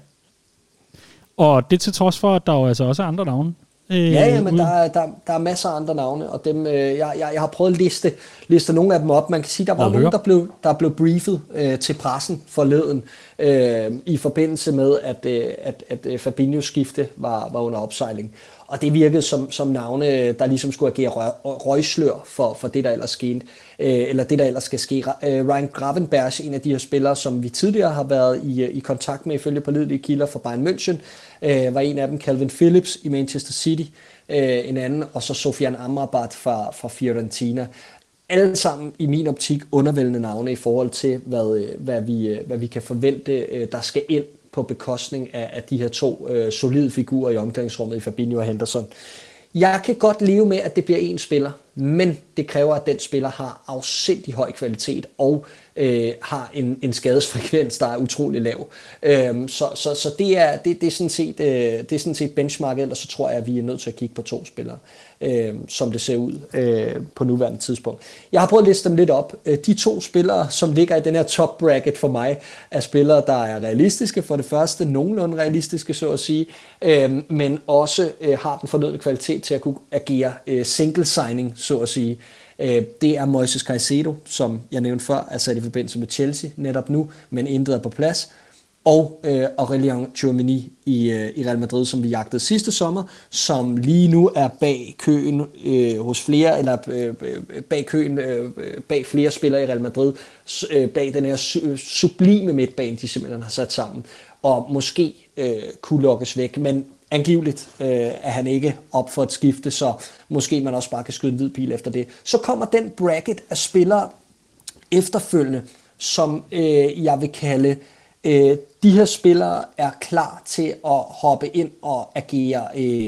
Og det til trods for, at der jo altså også er andre navne. Øh, ja, ja, men der er, der, der er masser af andre navne, og dem, øh, jeg, jeg, jeg har prøvet at liste, liste nogle af dem op. Man kan sige, der var nogen, der blev, der blev briefet øh, til pressen forleden øh, i forbindelse med, at, øh, at, at Fabinhos skifte var, var under opsejling. Og det virkede som, som navne, der ligesom skulle agere røg, røgslør for, for det, der ellers skete, øh, eller det, der ellers skal ske. Øh, Ryan Gravenberch, en af de her spillere, som vi tidligere har været i, i kontakt med ifølge pålidelige kilder fra Bayern München, øh, var en af dem. Calvin Phillips i Manchester City, øh, en anden, og så Sofian Amrabat fra, fra Fiorentina. Alle sammen i min optik undervældende navne i forhold til, hvad, hvad, vi, hvad vi kan forvente, der skal ind på bekostning af, af de her to øh, solide figurer i omklædningsrummet i Fabinho og Henderson. Jeg kan godt leve med, at det bliver en spiller, men det kræver, at den spiller har afsindig høj kvalitet og øh, har en, en skadesfrekvens, der er utrolig lav. Øhm, så så, så det, er, det, det, er sådan set, øh, det er sådan set benchmarket, ellers så tror jeg, at vi er nødt til at kigge på to spillere, øh, som det ser ud øh, på nuværende tidspunkt. Jeg har prøvet at liste dem lidt op. De to spillere, som ligger i den her top bracket for mig, er spillere, der er realistiske for det første, nogenlunde realistiske, så at sige, øh, men også øh, har den fornødne kvalitet til at kunne agere øh, single signing, så at sige. Det er Moises Caicedo, som jeg nævnte før, er sat i forbindelse med Chelsea netop nu, men intet er på plads. Og øh, Aurélien Tchouaméni i, øh, i Real Madrid, som vi jagtede sidste sommer, som lige nu er bag køen øh, hos flere, eller øh, bag køen øh, bag flere spillere i Real Madrid, øh, bag den her su- sublime midtbane, de simpelthen har sat sammen, og måske øh, kunne lukkes væk, men angiveligt øh, er han ikke op for et skifte, så måske man også bare kan skyde en hvid pil efter det. Så kommer den bracket af spillere efterfølgende, som øh, jeg vil kalde, øh, de her spillere er klar til at hoppe ind og agere, øh,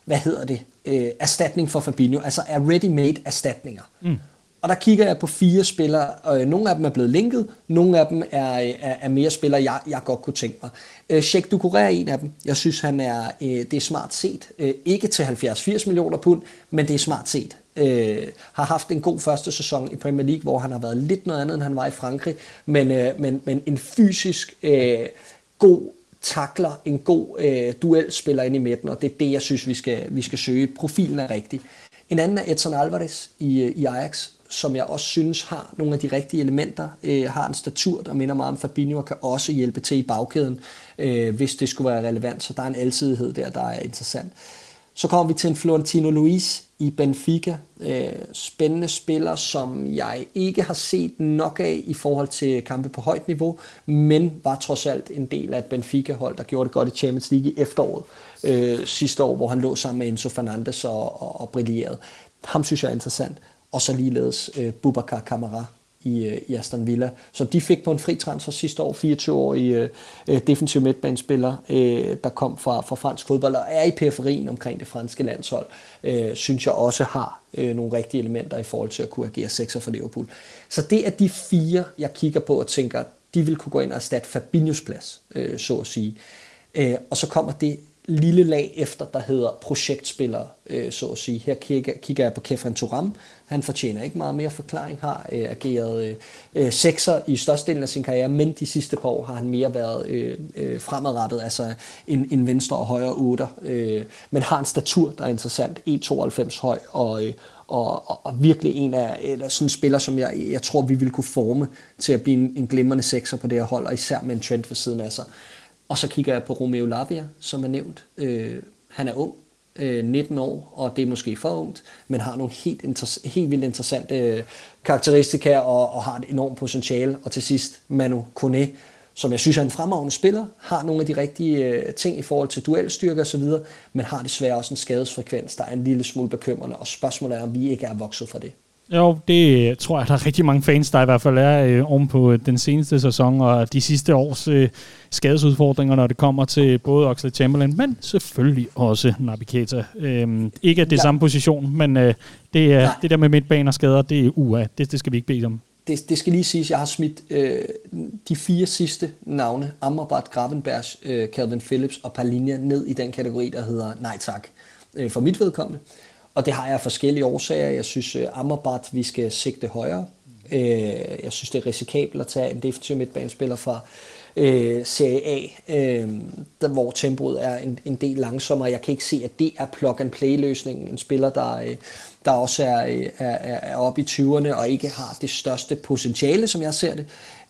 hvad hedder det, øh, erstatning for Fabinho, altså er ready-made erstatninger. Mm. Og der kigger jeg på fire spillere, og nogle af dem er blevet linket, nogle af dem er, er, er mere spillere, jeg, jeg godt kunne tænke mig. Øh, Sheikh Doucouré er en af dem. Jeg synes, han er, øh, det er smart set. Øh, ikke til halvfjerds til firs millioner pund, men det er smart set. Øh, har haft en god første sæson i Premier League, hvor han har været lidt noget andet, end han var i Frankrig, men, øh, men, men en fysisk øh, god takler, en god øh, duelspiller ind i midten, og det er det, jeg synes, vi skal, vi skal søge. Profilen er rigtig. En anden er Edson Alvarez i, i Ajax, som jeg også synes har nogle af de rigtige elementer, øh, har en statur, der minder meget om Fabinho, og kan også hjælpe til i bagkæden, øh, hvis det skulle være relevant. Så der er en alsidighed der, der er interessant. Så kommer vi til en Florentino Luis i Benfica. Øh, spændende spiller, som jeg ikke har set nok af i forhold til kampe på højt niveau, men var trods alt en del af et Benfica-hold, der gjorde det godt i Champions League i efteråret øh, sidste år, hvor han lå sammen med Enzo Fernandes og, og, og brillerede. Ham synes jeg er interessant. Og så ligeledes øh, Boubacar Kamara i, øh, i Aston Villa, som de fik på en fri transfer sidste år, fireogtyve-årig øh, defensiv midtbanespiller, øh, der kom fra, fra fransk fodbold og er i periferien omkring det franske landshold, øh, synes jeg også har øh, nogle rigtige elementer i forhold til at kunne agere sekser for Liverpool. Så det er de fire, jeg kigger på og tænker, de vil kunne gå ind og erstatte Fabinhos plads, øh, så at sige. Øh, og så kommer det lille lag efter, der hedder projektspillere, øh, så at sige. Her kigger, kigger jeg på Kefren Thuram. Han fortjener ikke meget mere forklaring, har øh, ageret øh, sekser i størstedelen af sin karriere, men de sidste par år har han mere været øh, øh, fremadrettet, altså en, en venstre og højre otter, øh, men har en statur, der er interessant, en komma tooghalvfems høj, og, øh, og, og, og virkelig en af eller sådan en spiller, som jeg, jeg tror, vi vil kunne forme til at blive en, en glimrende sekser på det her hold, og især med en Trent ved siden af sig. Og så kigger jeg på Romeo Lavia, som er nævnt. Øh, han er ung, øh, nitten år, og det er måske for ungt, men har nogle helt, inter- helt vildt interessante øh, karakteristika og, og har et enormt potentiale. Og til sidst Manu Koné, som jeg synes er en fremragende spiller, har nogle af de rigtige øh, ting i forhold til duelstyrke og så videre, men har desværre også en skadesfrekvens, der er en lille smule bekymrende, og spørgsmålet er, om vi ikke er vokset fra det. Jo, det tror jeg, der er rigtig mange fans, der i hvert fald er øh, oven på den seneste sæson og de sidste års øh, skadesudfordringer, når det kommer til både Oxlade-Chamberlain, men selvfølgelig også Naby Keita. Øhm, ikke at det er ja. samme position, men øh, det, er, det der med midtbaner og skader, det er U A. Det, det skal vi ikke bede om. Det, det skal lige siges, jeg har smidt øh, de fire sidste navne, Amrabat, Gravenberch, øh, Calvin Phillips og Palhinha, ned i den kategori, der hedder nej tak, øh, for mit vedkommende. Og det har jeg af forskellige årsager. Jeg synes, uh, Amrabat, vi skal sigte højere. Uh, jeg synes, det er risikabelt at tage en defensiv midtbanespiller fra uh, Serie A, uh, der, hvor tempoet er en, en del langsommere. Jeg kan ikke se, at det er plug-and-play-løsningen. En spiller, der, uh, der også er, uh, er, er oppe i tyverne og ikke har det største potentiale, som jeg ser det.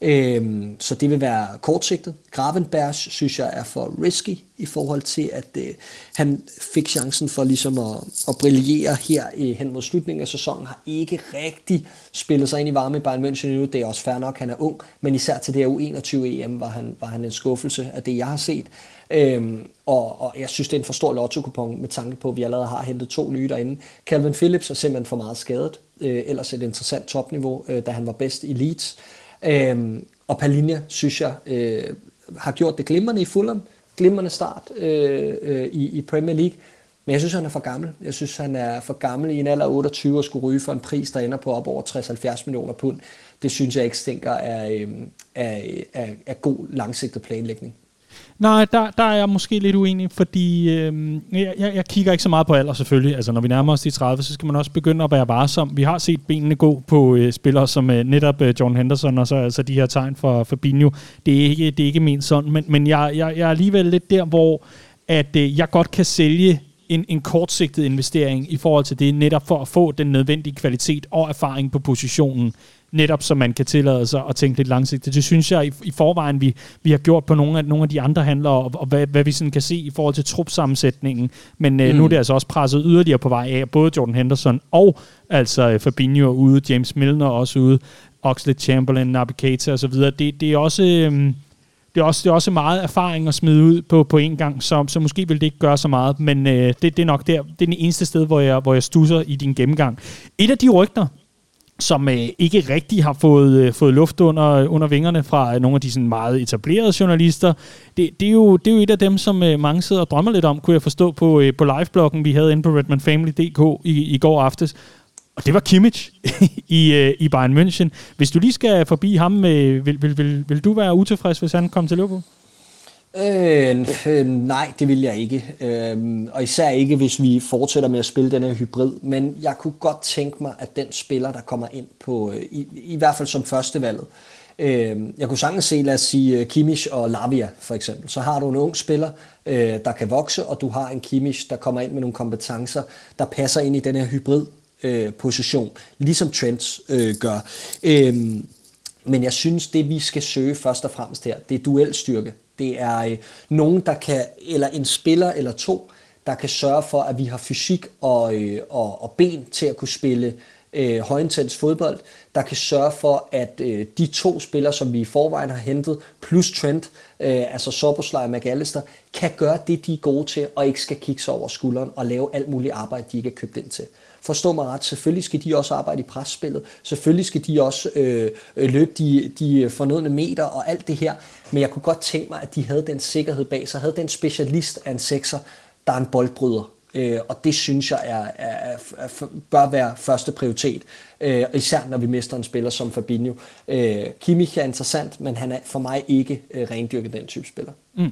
Øhm, så det vil være kortsigtet. Gravenberch synes jeg er for risky i forhold til, at øh, han fik chancen for ligesom at, at brillere her øh, hen mod slutningen af sæsonen, har ikke rigtig spillet sig ind i varme i Bayern München endnu. Det er også fair nok, han er ung, men især til det her U enogtyve E M var han, var han en skuffelse af det, jeg har set. Øhm, og, og jeg synes, det er en for stor lotto-kupon med tanke på, at vi allerede har hentet to nye derinde. Calvin Phillips er simpelthen for meget skadet. Øh, ellers et interessant topniveau, øh, da han var bedst i Leeds. Øhm, og Palhinha, synes jeg, øh, har gjort det glimrende i Fulham. Glimrende start øh, øh, i, i Premier League. Men jeg synes, han er for gammel. Jeg synes, han er for gammel i en alder af otteogtyve og skulle ryge for en pris, der ender på op over tres til halvfjerds millioner pund. Det synes jeg ikke stinker af, øh, af, af, af god langsigtet planlægning. Nej, der, der er jeg måske lidt uenig, fordi øh, jeg, jeg kigger ikke så meget på alder selvfølgelig. Altså når vi nærmer os de tredive, så skal man også begynde at være varsom. Vi har set benene gå på øh, spillere som øh, netop øh, Jordan Henderson, og så altså de her tegn for Fabinho. Det er ikke, det er ikke min sådan, men, men jeg, jeg, jeg er alligevel lidt der, hvor at, øh, jeg godt kan sælge en, en kortsigtet investering i forhold til det, netop for at få den nødvendige kvalitet og erfaring på positionen. Netop så man kan tillade sig at tænke lidt langsigtet. Det synes jeg i, i forvejen, vi, vi har gjort på nogle af, nogle af de andre handlere, og, og hvad, hvad vi sådan kan se i forhold til trupsammensætningen. Men øh, mm. nu er det altså også presset yderligere på vej af, både Jordan Henderson og altså Fabinho ude, James Milner også ude, Oxlade-Chamberlain, Naby Keita og så videre. Det, det er også... Øh, Det er, også, det er også meget erfaring at smide ud på, på en gang, så, så måske vil det ikke gøre så meget, men øh, det, det er nok der, det er den eneste sted, hvor jeg, hvor jeg stusser i din gennemgang. Et af de rygter, som øh, ikke rigtig har fået, øh, fået luft under, under vingerne fra nogle af de sådan meget etablerede journalister. Det, det, er jo, det er jo et af dem, som øh, mange sidder og drømmer lidt om, kunne jeg forstå på, øh, på livebloggen, vi havde inde på redman family punktum d k i, i går aftes. Og det var Kimmich i, øh, i Bayern München. Hvis du lige skal forbi ham, øh, vil, vil, vil, vil du være utilfreds, hvis han kom til Liverpool? Øh, øh, nej, det vil jeg ikke. Øh, og især ikke, hvis vi fortsætter med at spille den her hybrid. Men jeg kunne godt tænke mig, at den spiller, der kommer ind på, øh, i, i hvert fald som førstevalget. Øh, jeg kunne sagtens se, lad os sige, Kimmich og Lavia for eksempel. Så har du en ung spiller, øh, der kan vokse, og du har en Kimmich, der kommer ind med nogle kompetencer, der passer ind i den her hybrid øh, position. Ligesom Trent øh, gør. Øh, men jeg synes, det vi skal søge først og fremmest her, det er duelstyrke. Det er øh, nogen, der kan, eller en spiller eller to, der kan sørge for, at vi har fysik og, øh, og, og ben til at kunne spille øh, højintens fodbold. Der kan sørge for, at øh, de to spillere, som vi i forvejen har hentet, plus Trent, øh, altså Szoboszlai og McAllister, kan gøre det, de er gode til, og ikke skal kigge sig over skulderen og lave alt muligt arbejde, de ikke er købt ind til. Forstå mig ret, selvfølgelig skal de også arbejde i presspillet, selvfølgelig skal de også øh, løbe de, de fornødne meter og alt det her, men jeg kunne godt tænke mig, at de havde den sikkerhed bag sig, havde den specialist af en sekser, der er en boldbryder, øh, og det synes jeg er, er, er, bør være første prioritet, øh, især når vi mister en spiller som Fabinho. Øh, Kimmich er interessant, men han er for mig ikke øh, rendyrket den type spiller. Mm.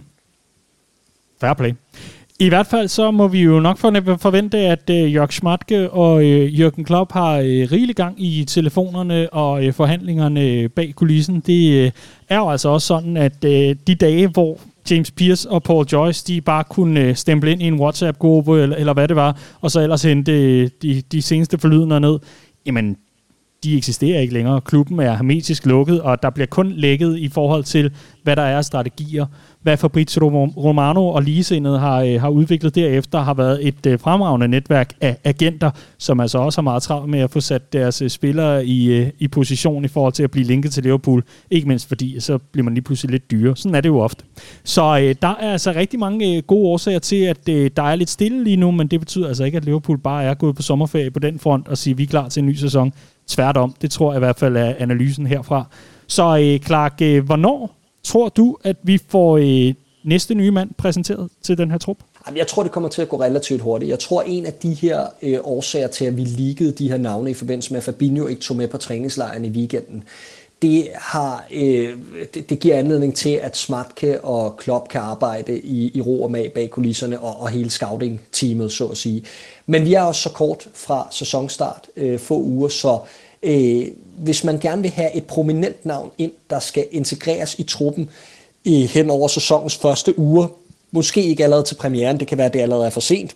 Fair play. I hvert fald så må vi jo nok forvente, at øh, Jörg Schmatke og øh, Jürgen Klopp har øh, rigelig gang i telefonerne og øh, forhandlingerne bag kulissen. Det øh, er jo altså også sådan, at øh, de dage, hvor James Pearce og Paul Joyce, de bare kunne øh, stemple ind i en WhatsApp-gruppe, eller, eller hvad det var, og så ellers hente øh, de, de seneste forlydender ned, jamen, de eksisterer ikke længere. Klubben er hermetisk lukket, og der bliver kun lækket i forhold til, hvad der er af strategier. Hvad Fabrizio Romano og ligesindede har, øh, har udviklet derefter, har været et øh, fremragende netværk af agenter, som altså også har meget travlt med at få sat deres øh, spillere i, øh, i position i forhold til at blive linket til Liverpool. Ikke mindst fordi, så bliver man lige pludselig lidt dyre. Sådan er det jo ofte. Så øh, der er altså rigtig mange øh, gode årsager til, at øh, der er lidt stille lige nu, men det betyder altså ikke, at Liverpool bare er gået på sommerferie på den front og siger, at vi er klar til en ny sæson. Tværtom, det tror jeg i hvert fald er analysen herfra. Så øh, Clark, øh, hvornår tror du, at vi får øh, næste nye mand præsenteret til den her trup? Jeg tror, det kommer til at gå relativt hurtigt. Jeg tror, en af de her øh, årsager til, at vi liggede de her navne i forbindelse med, at Fabinho ikke tog med på træningslejren i weekenden, det, har, øh, det, det giver anledning til, at Schmatke og Klopp kan arbejde i, i ro og mag bag kulisserne og, og hele scouting-teamet, så at sige. Men vi er også så kort fra sæsonstart, øh, få uger, så øh, hvis man gerne vil have et prominent navn ind, der skal integreres i truppen øh, hen over sæsonens første uger, måske ikke allerede til premieren, det kan være, at det allerede er for sent,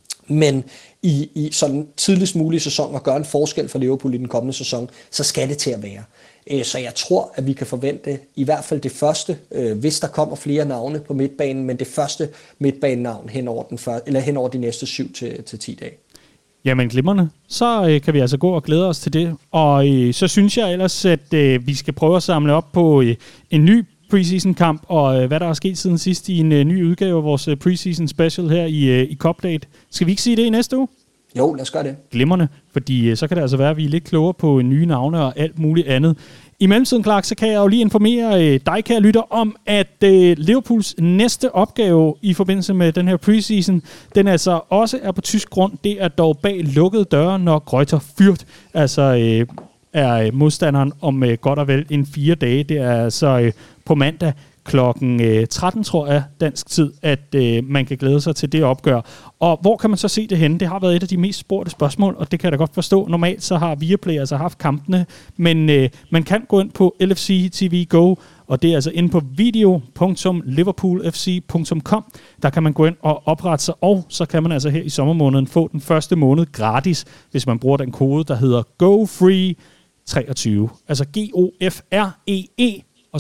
men i, i sådan tidligst mulig sæson og gøre en forskel for Liverpool i den kommende sæson, så skal det til at være. Så jeg tror, at vi kan forvente i hvert fald det første, hvis der kommer flere navne på midtbanen, men det første midtbanenavn hen over, den første, eller hen over de næste syv til ti dage. Jamen glimrende. Så øh, kan vi altså gå og glæde os til det. Og øh, så synes jeg ellers, at øh, vi skal prøve at samle op på øh, en ny preseason-kamp, og øh, hvad der er sket siden sidst i en øh, ny udgave af vores øh, preseason special her i, øh, i Cupdate. Skal vi ikke sige det i næste uge? Jo, lad os gøre det. Glimrende, fordi øh, så kan det altså være, at vi er lidt klogere på nye navne og alt muligt andet. I mellemtiden, Clark, så kan jeg jo lige informere øh, dig, kære lytter, om, at øh, Liverpools næste opgave i forbindelse med den her preseason, den altså også er på tysk grund. Det er dog bag lukkede døre, når Greuther Fürth altså øh, er modstanderen om øh, godt og vel en fire dage. Det er altså øh, på mandag klokken tretten, tror jeg, dansk tid, at øh, man kan glæde sig til det opgør. Og hvor kan man så se det henne? Det har været et af de mest spurgte spørgsmål, og det kan jeg da godt forstå. Normalt så har Viaplay altså haft kampene, men øh, man kan gå ind på L F C T V Go, og det er altså inde på video punktum liverpool f c punktum com. Der kan man gå ind og oprette sig, og så kan man altså her i sommermåneden få den første måned gratis, hvis man bruger den kode, der hedder Go Free treogtyve. Altså G O F R E E, og så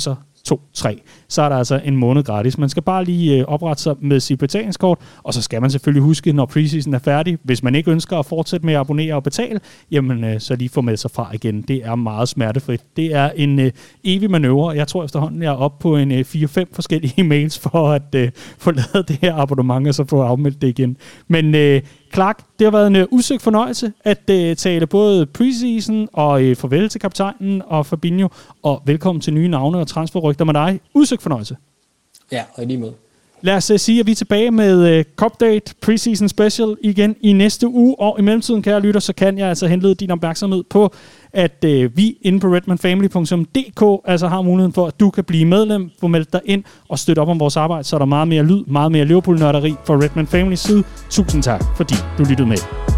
to tre. Så er der altså en måned gratis. Man skal bare lige øh, oprette sig med sit betalingskort, og så skal man selvfølgelig huske, når preseason er færdig, hvis man ikke ønsker at fortsætte med at abonnere og betale, jamen øh, så lige få med sig fra igen. Det er meget smertefrit. Det er en øh, evig manøvre. Jeg tror efterhånden, jeg er oppe på en øh, fire fem forskellige mails for at øh, få lavet det her abonnement, og så få afmeldt det igen. Men øh, Clark, det har været en uh, udsøgt fornøjelse at uh, tale både preseason og uh, farvel til kaptajnen og Fabinho, og velkommen til nye navne og transferrygter med dig. Udsøgt fornøjelse. Ja, og lige måde. Lad os uh, sige, at vi er tilbage med uh, Cupdate Preseason Special igen i næste uge, og i mellemtiden, kære lytter, så kan jeg altså henlede din opmærksomhed på, at uh, vi inde på redmanfamily punktum d k altså har muligheden for, at du kan blive medlem, få meldt dig ind og støtte op om vores arbejde, så er der meget mere lyd, meget mere Liverpool-nørderi fra Redman Familys side. Tusind tak, fordi du lyttede med.